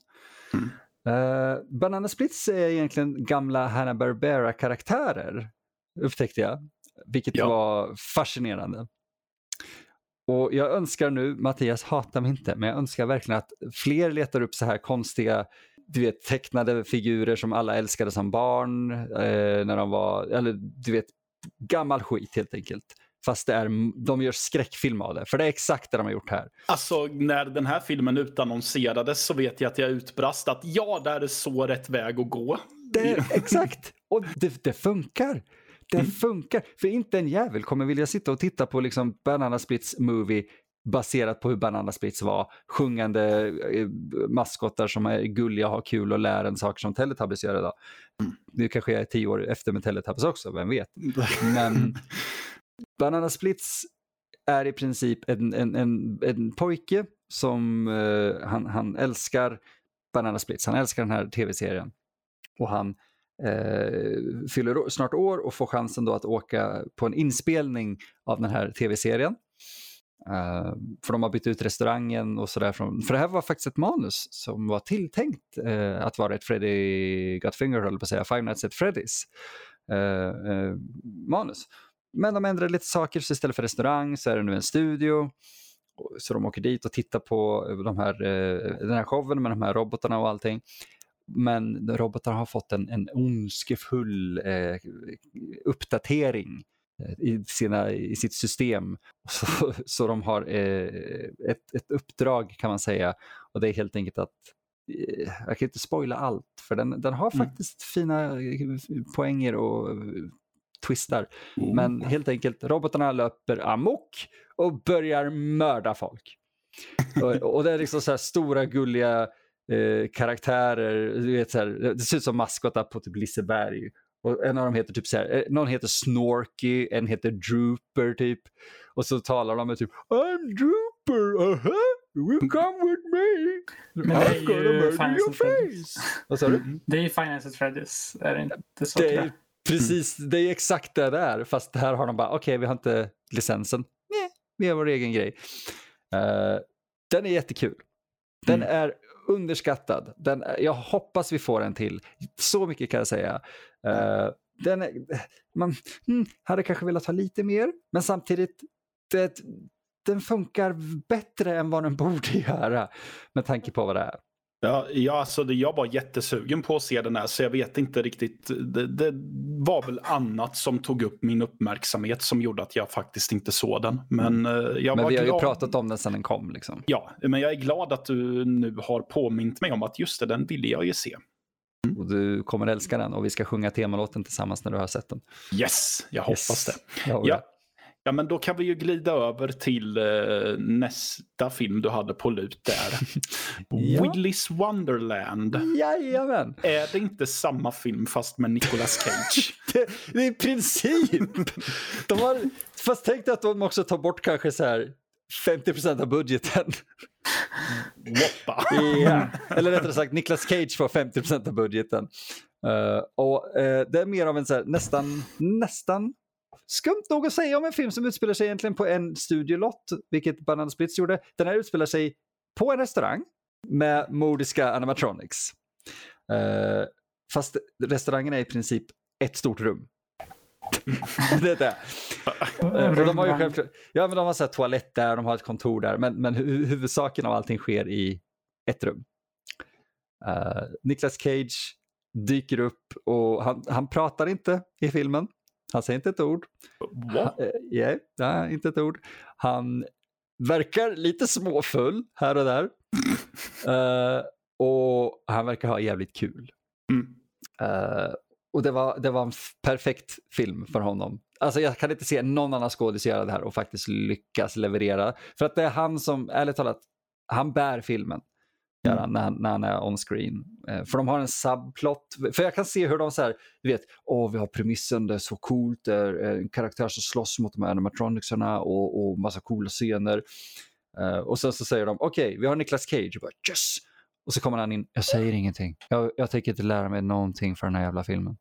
[SPEAKER 2] Banana Splits är egentligen gamla Hanna-Barbera-karaktärer, upptäckte jag. Vilket var fascinerande. Och jag önskar nu, Mattias hatar mig inte, men jag önskar verkligen att fler letar upp så här konstiga, du vet, tecknade figurer som alla älskade som barn när de var, eller du vet, gammal skit helt enkelt. Fast de gör skräckfilm av det. För det är exakt det de har gjort här. Alltså
[SPEAKER 1] när den här filmen utannonserades så vet jag att jag utbrast att där är så rätt väg att gå.
[SPEAKER 2] Exakt. Och det funkar. Det funkar. För inte en jävel kommer vilja sitta och titta på liksom Banana Splits Movie baserat på hur Banana Splits var. Sjungande maskottar som är gulliga, har kul och lär en saker som Teletubbies gör idag. Nu kanske jag är 10 år efter med Teletubbies också, vem vet. Men Banana Splits är i princip en pojke som han älskar Banana Splits. Han älskar den här tv-serien. Och han fyller snart år och får chansen då att åka på en inspelning av den här tv-serien. För de har bytt ut restaurangen och sådär. För det här var faktiskt ett manus som var tilltänkt att vara ett Freddy Got Finger, höll på att säga, Five Nights at Freddy's manus. Men de ändrade lite saker, så istället för restaurang så är det nu en studio. Så de åker dit och tittar på den här showen med de här robotarna och allting. Men robotarna har fått en ondskefull uppdatering i sitt system. Så de har ett uppdrag kan man säga. Och det är helt enkelt att jag kan inte spoila allt, för den har faktiskt fina poänger och twistar. Men helt enkelt, robotarna löper amok och börjar mörda folk. och det är liksom så här stora gulliga karaktärer, du vet, så här, det ser ut som maskotar på typ Liseberg. Och en av dem heter typ så här, någon heter Snorky, en heter Drooper typ. Och så talar de med typ I'm Drooper, you come with me.
[SPEAKER 3] Men det är ju Finance at Freddy's.
[SPEAKER 2] Vad sa du?
[SPEAKER 3] Det är ju Finance at Freddy's, är det inte så?
[SPEAKER 2] Det är, precis, det är exakt det där. Fast här har de bara, okej, vi har inte licensen. Nej, vi har vår egen grej. Den är jättekul. Den är underskattad. Jag hoppas vi får en till. Så mycket kan jag säga. Man hade kanske velat ha lite mer, men samtidigt den funkar bättre än vad den borde göra med tanke på vad det är.
[SPEAKER 1] Ja, alltså jag var jättesugen på att se den här, så jag vet inte riktigt. Det var väl annat som tog upp min uppmärksamhet som gjorde att jag faktiskt inte såg den. Men vi
[SPEAKER 2] har ju pratat om den sedan den kom. Liksom.
[SPEAKER 1] Ja, men jag är glad att du nu har påmint mig om att just det, den ville jag ju se.
[SPEAKER 2] Och du kommer älska den, och vi ska sjunga temalåten tillsammans när du har sett den.
[SPEAKER 1] Yes, jag hoppas det. Ja, men då kan vi ju glida över till nästa film du hade på lut där. Willy's Wonderland.
[SPEAKER 2] Jajamän.
[SPEAKER 1] Är det inte samma film fast med Nicolas Cage?
[SPEAKER 2] det är i princip. Fast tänkte att de också tar bort kanske så här 50% av budgeten.
[SPEAKER 1] Woppa.
[SPEAKER 2] Ja. Eller rättare sagt, Nicolas Cage får 50% av budgeten. Det är mer av en så här, nästan skumt nog att säga om en film som utspelar sig egentligen på en studiolott, vilket Banana Splits gjorde. Den här utspelar sig på en restaurang med mordiska animatronics. Fast restaurangen är i princip ett stort rum. Det är det. Och de har ju självklart, men de har så här toalett där, de har ett kontor där, men huvudsaken av allting sker i ett rum. Nicolas Cage dyker upp och han pratar inte i filmen. Han säger inte ett ord. Inte ett ord. Han verkar lite småfull här och där. Och han verkar ha jävligt kul. Och det var en perfekt film för honom. Alltså jag kan inte se någon annan skådis göra det här och faktiskt lyckas leverera. För att det är han som, ärligt talat, han bär filmen. När han är on screen. För de har en subplot. För jag kan se hur de så här, du vet, vi har premissen, det är så coolt, det är en karaktär som slåss mot de här animatronicsarna och massa coola scener. Och sen så säger de, okej, vi har Nicolas Cage. Och bara, yes! Och så kommer han in, jag säger ingenting. Jag tänker inte lära mig någonting för den här jävla filmen.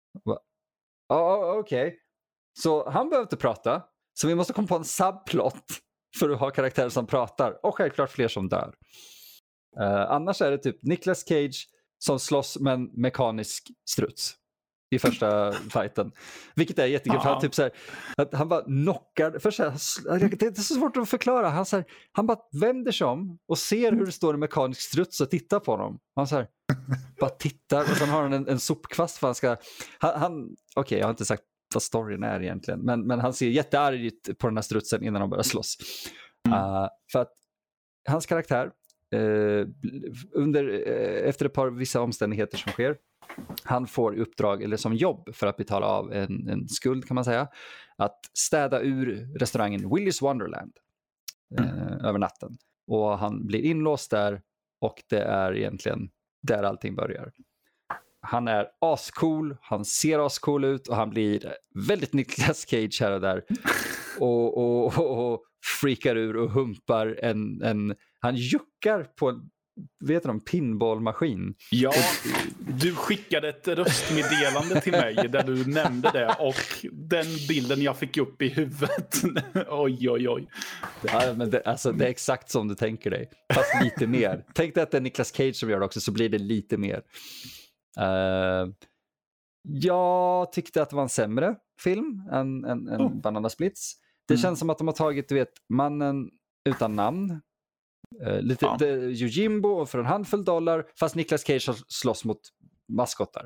[SPEAKER 2] Okej. Så han behöver inte prata. Så vi måste komma på en subplot för att ha karaktärer som pratar. Och självklart fler som dör. Annars är det typ Nicolas Cage som slåss med en mekanisk struts i första fighten. Vilket är jättekul, för han typ så här, att han bara knockar. För så här, det är så svårt att förklara. Han bara vänder sig om och ser hur det står en mekanisk struts och tittar på honom. Han så här, bara tittar, och sen har han en sopkvast för han ska... Okej, jag har inte sagt vad storyn är egentligen. Men han ser jätteargt på den här strutsen innan de börjar slåss. För att hans karaktär efter ett par vissa omständigheter som sker, han får uppdrag, eller som jobb för att betala av en skuld kan man säga, att städa ur restaurangen Willy's Wonderland över natten. Och han blir inlåst där, och det är egentligen där allting börjar. Han är ascool, han ser ascool ut, och han blir väldigt Nicolas Cage här och där. Och freakar ur och humpar han juckar på en pinballmaskin. Ja,
[SPEAKER 1] du skickade ett röstmeddelande till mig där du nämnde det, och den bilden jag fick upp i huvudet. Oj.
[SPEAKER 2] Ja, men det är exakt som du tänker dig, fast lite mer. Tänk dig att det är Nicolas Cage som gör det också, så blir det lite mer. Jag tyckte att det var en sämre film än Banana Splits. Det känns som att de har tagit, du vet, mannen utan namn, Lite Yojimbo och för en handfull dollar, fast Nicolas Cage slåss mot maskottar.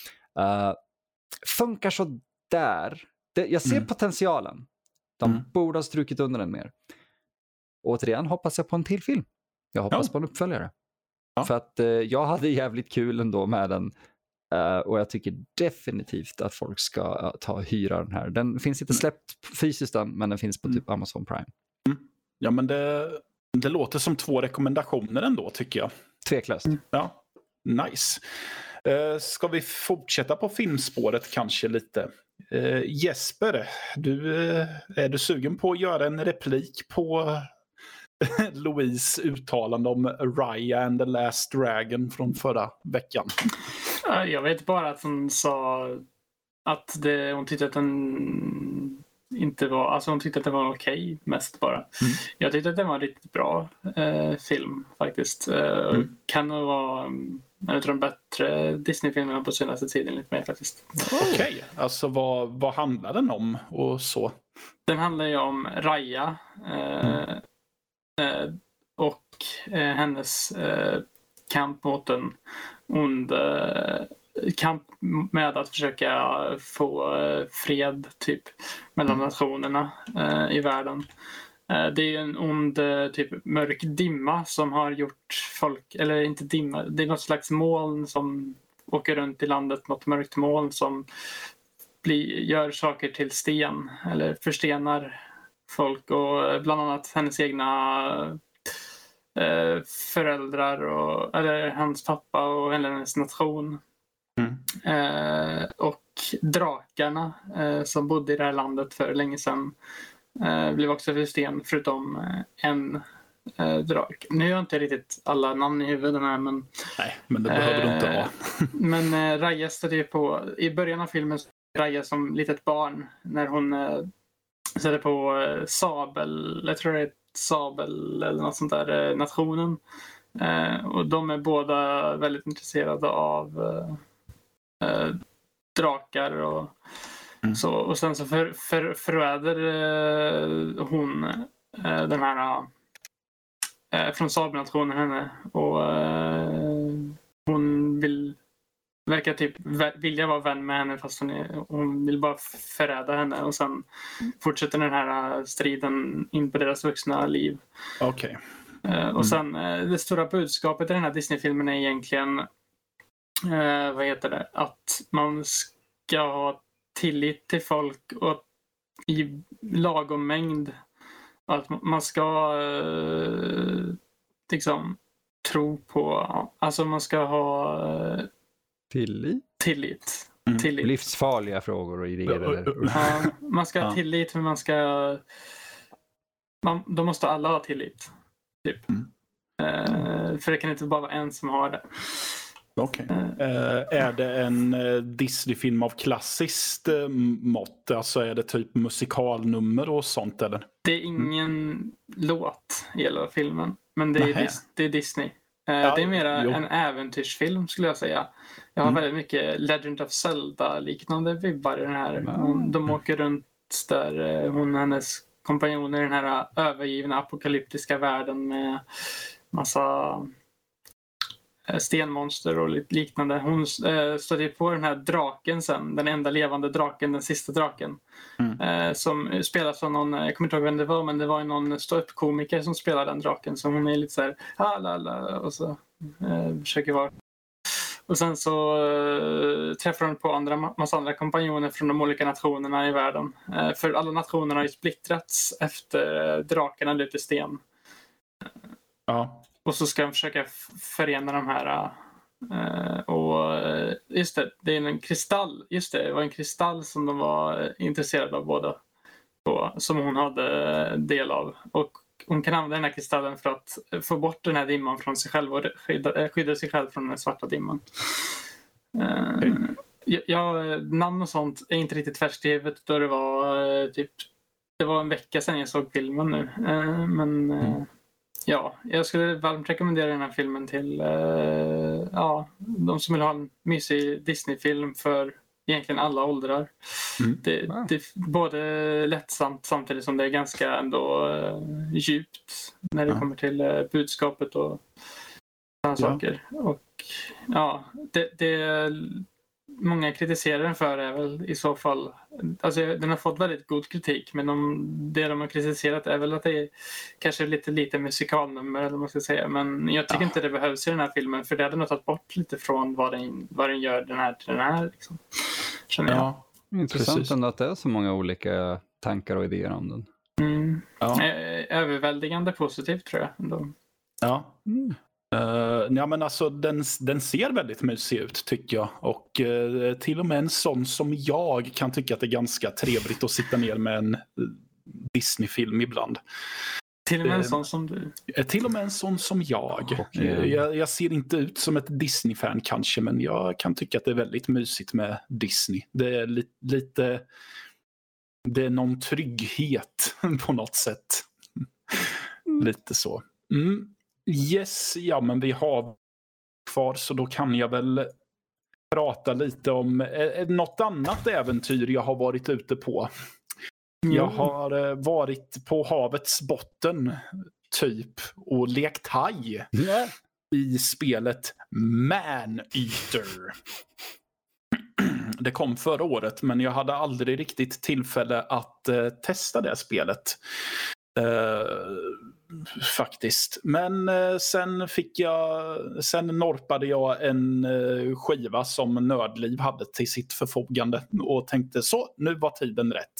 [SPEAKER 2] Funkar så där. Jag ser potentialen. De borde ha strukit under den mer. Återigen hoppas jag på en till film. Jag hoppas på en uppföljare. Ja. För att jag hade jävligt kul ändå med den. Och jag tycker definitivt att folk ska hyra den här. Den finns inte släppt fysiskt än, men den finns på typ Amazon Prime.
[SPEAKER 1] Ja, men det låter som 2 rekommendationer ändå, tycker jag.
[SPEAKER 2] Tveklöst.
[SPEAKER 1] Ja, nice. Ska vi fortsätta på filmspåret kanske lite? Jesper, är du sugen på att göra en replik på Louise uttalande om Raya and the Last Dragon från förra veckan?
[SPEAKER 3] Jag vet bara att hon sa att hon tyckte att den inte var, alltså hon tyckte att det var okej mest bara. Jag tyckte att det var en riktigt bra film faktiskt. Kan nog vara en av de bättre Disney-filmerna på senaste tiden lite mer faktiskt.
[SPEAKER 1] Okej, alltså vad handlar den om och så?
[SPEAKER 3] Den handlar ju om Raya och hennes kamp mot en ond kamp med att försöka få fred typ mellan nationerna i världen. Det är en ond typ mörk dimma som har gjort folk, eller inte dimma, det är något slags moln som åker runt i landet, något mörkt moln som gör saker till sten eller förstenar folk, och bland annat hennes egna föräldrar eller hans pappa och hennes nation. Och drakarna som bodde i det här landet för länge sedan blev också för sten, förutom en drak. Nu har jag inte riktigt alla namn i huvudet här, men
[SPEAKER 1] nej, men det behöver du inte ha.
[SPEAKER 3] Men Raya stödde på i början av filmen, Raya som litet barn när hon stödde på Sabel, jag tror det är Sabel eller något sånt där, nationen. Och de är båda väldigt intresserade av drakar och så, och sen så förräder hon den här från Sabelnationen henne, och hon verkar typ vilja vara vän med henne, fast hon vill bara förräda henne, och sen fortsätter den här striden in på deras vuxna liv.
[SPEAKER 1] Okej.
[SPEAKER 3] Och sen det stora budskapet i den här Disney-filmen är egentligen att man ska ha tillit till folk och i lagom mängd, att man ska liksom tro på, alltså man ska ha tillit.
[SPEAKER 2] Livsfarliga frågor och idéer.
[SPEAKER 3] Ja, man ska ha tillit, men då måste alla ha tillit typ. För det kan inte bara vara en som har det.
[SPEAKER 1] Okej. Är det en Disney-film av klassiskt mått? Alltså är det typ musikalnummer och sånt, eller?
[SPEAKER 3] Det är ingen låt i hela filmen, men det är Disney. Det är mer en äventyrsfilm, skulle jag säga. Jag har väldigt mycket Legend of Zelda-liknande vibbar i den här. De åker runt där hon och hennes kompanjoner i den här övergivna apokalyptiska världen med massa stenmonster och liknande. Hon stödde på den här draken sen, den enda levande draken, den sista draken, som spelas av någon, jag kommer inte ihåg vem det var, men det var någon ståuppkomiker som spelade den draken, så hon är lite så här och så försöker vara. Och sen så träffar hon på massa andra kompanjoner från de olika nationerna i världen. För alla nationerna har ju splittrats efter drakarna lite sten.
[SPEAKER 1] Ja.
[SPEAKER 3] Och så ska de försöka förena de här. Och just det är en kristall. Just det var en kristall som de var intresserade av båda. Som hon hade del av. Och hon kan använda den här kristallen för att få bort den här dimman från sig själv och skydda sig själv från den svarta dimman. Namn och sånt är inte riktigt färskt i huvudet, då det var det var en vecka sedan jag såg filmen nu. Men jag skulle varmt rekommendera den här filmen till de som vill ha en mysig Disney-film för egentligen alla åldrar. Det är både lättsamt samtidigt som det är ganska ändå djupt när det kommer till budskapet och sådana saker. Och det många kritiserar den för är väl i så fall, alltså den har fått väldigt god kritik, men det de har kritiserat är väl att det är kanske lite musikalnummer eller vad man ska säga, men jag tycker inte det behövs i den här filmen, för det hade nog tagit bort lite från vad den gör den här liksom, känner jag.
[SPEAKER 2] Intressant ändå att det är så många olika tankar och idéer om den.
[SPEAKER 3] Överväldigande positivt tror jag ändå.
[SPEAKER 1] Men alltså den ser väldigt mysig ut tycker jag, och till och med en sån som jag kan tycka att det är ganska trevligt att sitta ner med en Disney-film ibland.
[SPEAKER 3] Till och med en sån som du?
[SPEAKER 1] Till och med en sån som jag. Jag ser inte ut som ett Disney-fan kanske, men jag kan tycka att det är väldigt mysigt med Disney. Det är lite, det är någon trygghet på något sätt. Lite så. Yes, men vi har kvar, så då kan jag väl prata lite om något annat äventyr jag har varit ute på. Jag har varit på havets botten typ och lekt haj i spelet Man-Eater. Det kom förra året, men jag hade aldrig riktigt tillfälle att testa det spelet. Faktiskt. Men sen norpade jag en skiva som Nördliv hade till sitt förfogande och tänkte så, nu var tiden rätt.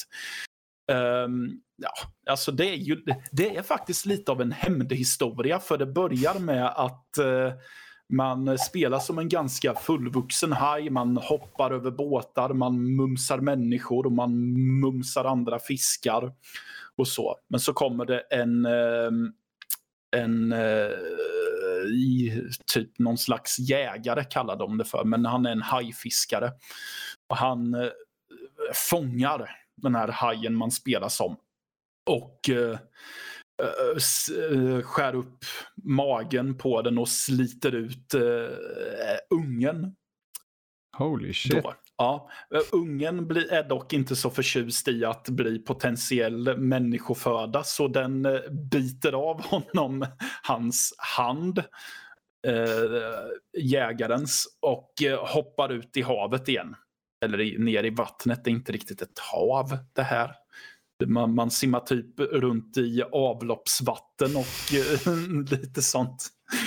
[SPEAKER 1] Alltså det är faktiskt lite av en hämndhistoria, för det börjar med att man spelar som en ganska fullvuxen haj, man hoppar över båtar, man mumsar människor och man mumsar andra fiskar och så. Men så kommer det en typ någon slags jägare kallar de det för, men han är en hajfiskare och han fångar den här hajen man spelar som och skär upp magen på den och sliter ut ungen.
[SPEAKER 2] Holy shit.
[SPEAKER 1] Då. Ja, ungen är dock inte så förtjust i att bli potentiell människoföda, så den biter av honom hans hand, jägarens, och hoppar ut i havet igen. Eller ner i vattnet, det är inte riktigt ett hav det här. Man simmar typ runt i avloppsvatten och lite sånt.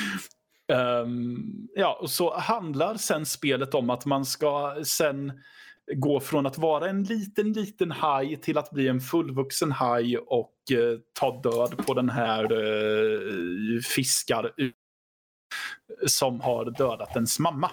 [SPEAKER 1] Och så handlar sen spelet om att man ska sen gå från att vara en liten haj till att bli en fullvuxen haj och ta död på den här fiskar som har dödat ens mamma.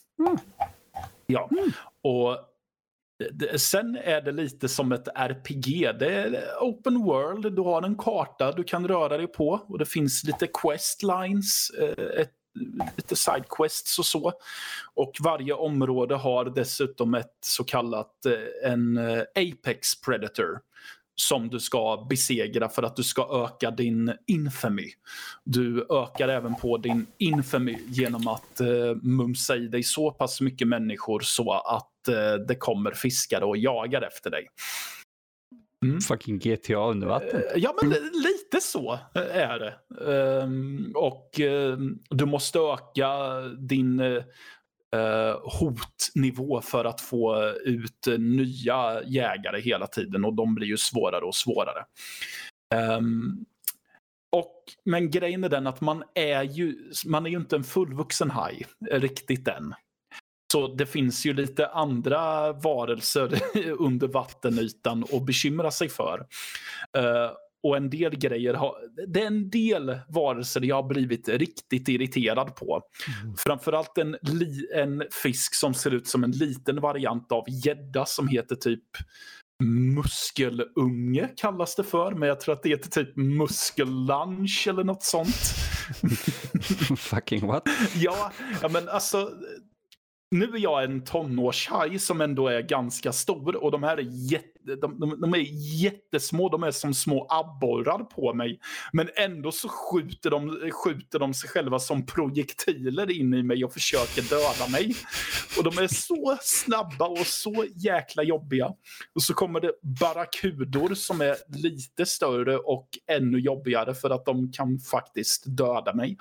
[SPEAKER 1] Och sen är det lite som ett RPG. Det är open world, du har en karta du kan röra dig på och det finns lite questlines, lite sidequests och så. Och varje område har dessutom ett så kallat en Apex Predator som du ska besegra för att du ska öka din infamy. Du ökar även på din infamy genom att mumsa i dig så pass mycket människor så att det kommer fiskare och jagar efter dig.
[SPEAKER 2] Fucking GTA under vatten.
[SPEAKER 1] Ja, men lite så är det. Och du måste öka din hotnivå för att få ut nya jägare hela tiden, och de blir ju svårare och svårare. Men grejen är den att man är ju inte en fullvuxen haj riktigt än. Så det finns ju lite andra varelser under vattenytan att bekymra sig för. Och en del grejer det är en del varelser jag har blivit riktigt irriterad på. Framförallt en fisk som ser ut som en liten variant av gädda som heter typ muskelunge kallas det för, men jag tror att det heter typ muskellunch eller något sånt.
[SPEAKER 2] Fucking what?
[SPEAKER 1] Ja, men alltså nu är jag en tonårshaj som ändå är ganska stor och de här är de är jättesmå, de är som små abborrar på mig, men ändå så skjuter de sig själva som projektiler in i mig och försöker döda mig, och de är så snabba och så jäkla jobbiga. Och så kommer det barrakudor som är lite större och ännu jobbigare för att de kan faktiskt döda mig.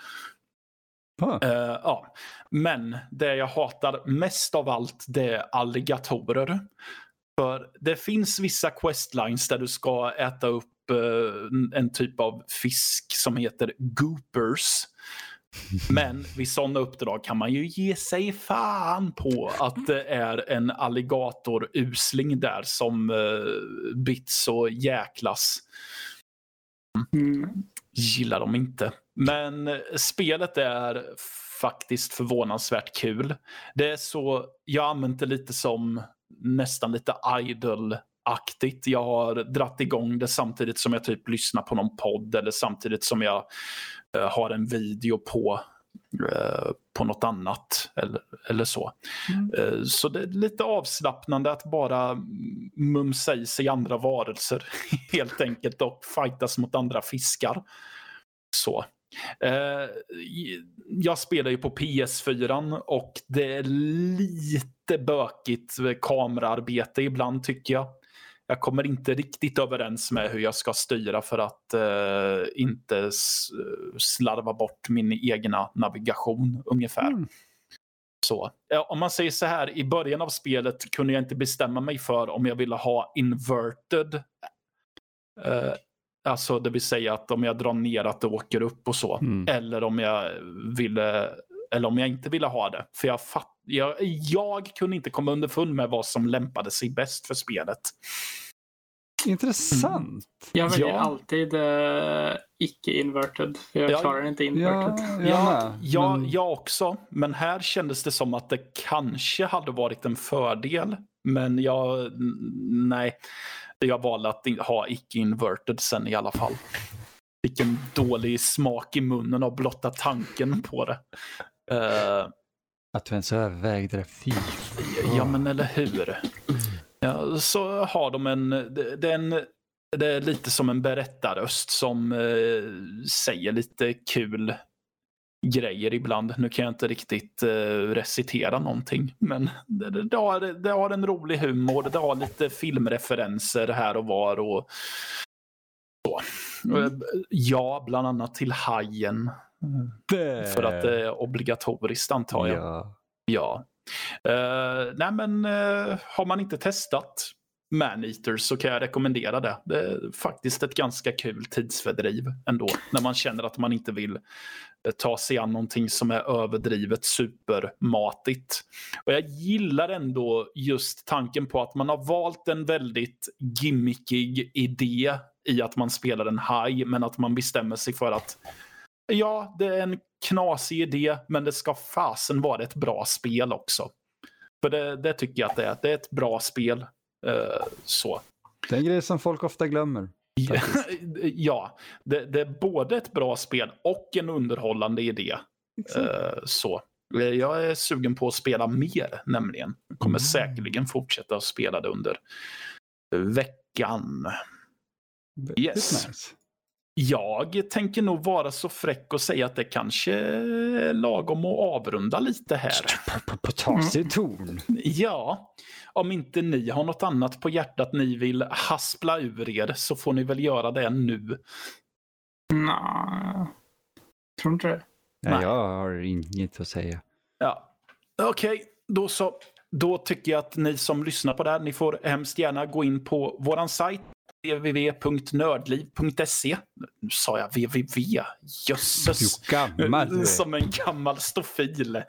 [SPEAKER 1] Ja. Men det jag hatar mest av allt, det är alligatorer. För det finns vissa questlines där du ska äta upp en typ av fisk som heter goopers. Men vid sådana uppdrag kan man ju ge sig fan på att det är en alligatorusling där som bits och jäklas. Gillar dem inte. Men spelet är faktiskt förvånansvärt kul. Det är så, jag använder det lite som nästan lite idol-aktigt. Jag har dratt igång det samtidigt som jag typ lyssnar på någon podd eller samtidigt som jag har en video på något annat eller så. Så det är lite avslappnande att bara mumsa i sig andra varelser helt enkelt och fightas mot andra fiskar. Så. Jag spelar ju på PS4 och det är lite bökigt kameraarbete ibland, tycker jag. Jag kommer inte riktigt överens med hur jag ska styra för att inte slarva bort min egna navigation ungefär. Så. Om man säger så här, i början av spelet kunde jag inte bestämma mig för om jag ville ha inverted, alltså det vill säga att om jag drar ner att det åker upp och så, eller om jag ville, eller om jag inte ville ha det, för jag kunde inte komma underfund med vad som lämpade sig bäst för spelet.
[SPEAKER 2] Intressant.
[SPEAKER 3] Jag väljer alltid icke-inverted. Jag klarar inte inverted.
[SPEAKER 1] Jag också. Men här kändes det som att det kanske hade varit en fördel. Men nej. Jag valde att ha icke-inverted sen i alla fall. Vilken dålig smak i munnen av blotta tanken på det.
[SPEAKER 2] Att du ens övervägde det.
[SPEAKER 1] Ja, men eller hur? Ja, så har de det är lite som en berättarröst som säger lite kul grejer ibland. Nu kan jag inte riktigt recitera någonting, men det har en rolig humor. Det har lite filmreferenser här och var och så. Ja, bland annat till Hajen. För att det är obligatoriskt, antar jag. Ja. Nej, men har man inte testat Maneater så kan jag rekommendera det. Det är faktiskt ett ganska kul tidsfördriv ändå, när man känner att man inte vill ta sig an någonting som är överdrivet supermatigt. Och jag gillar ändå just tanken på att man har valt en väldigt gimmickig idé i att man spelar en haj, men att man bestämmer sig för att ja, det är en knasig idé, men det ska fasen vara ett bra spel också. För det tycker jag att det är. Det är ett bra spel. Så.
[SPEAKER 2] Det är en grej som folk ofta glömmer.
[SPEAKER 1] Ja, det är både ett bra spel och en underhållande idé. Så. Jag är sugen på att spela mer, nämligen. Jag kommer säkerligen fortsätta att spela det under veckan. Yes. Nice. Jag tänker nog vara så fräck och säga att det kanske är lagom att avrunda lite här.
[SPEAKER 2] På tagsig ton.
[SPEAKER 1] Ja, om inte ni har något annat på hjärtat ni vill haspla ur er så får ni väl göra det nu.
[SPEAKER 3] Nej, tror inte det.
[SPEAKER 2] Nej, jag har inget att säga.
[SPEAKER 1] Ja, okej, då så. Då tycker jag att ni som lyssnar på det här, ni får hemskt gärna gå in på våran sajt www.nördliv.se. Nu sa jag www. Jösses. Som en gammal stofil.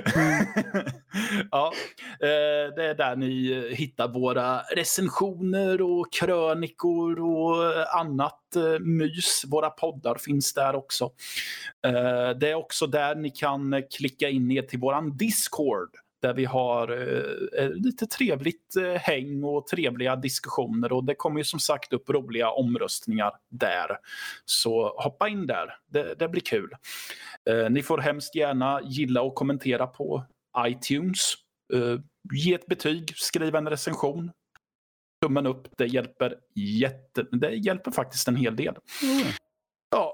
[SPEAKER 1] Ja, det är där ni hittar våra recensioner och krönikor och annat mys. Våra poddar finns där också. Det är också där ni kan klicka in ner till våran Discord. Där vi har lite trevligt häng och trevliga diskussioner. Och det kommer ju som sagt upp roliga omröstningar där. Så hoppa in där. Det blir kul. Ni får hemskt gärna gilla och kommentera på iTunes. Ge ett betyg, skriv en recension. Tummen upp, det hjälper faktiskt en hel del. Ja.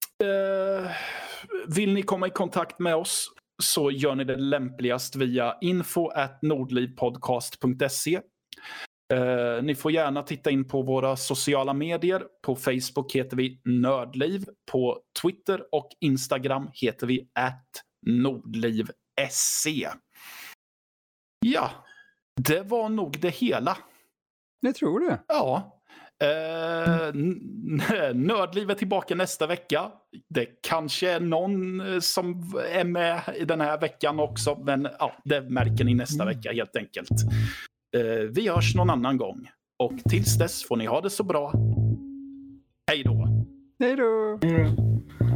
[SPEAKER 1] Vill ni komma i kontakt med oss så gör ni det lämpligast via info@nordlivpodcast.se. Ni får gärna titta in på våra sociala medier. På Facebook heter vi Nördliv. På Twitter och Instagram heter vi @nordliv.se. Ja, det var nog det hela.
[SPEAKER 2] Jag tror det.
[SPEAKER 1] Ja. Nördliv är tillbaka nästa vecka. Det kanske är någon som är med i den här veckan också. Men ja, det märker ni nästa vecka helt enkelt. Vi hörs någon annan gång. Och tills dess får ni ha det så bra. Hej då.
[SPEAKER 2] Hej då.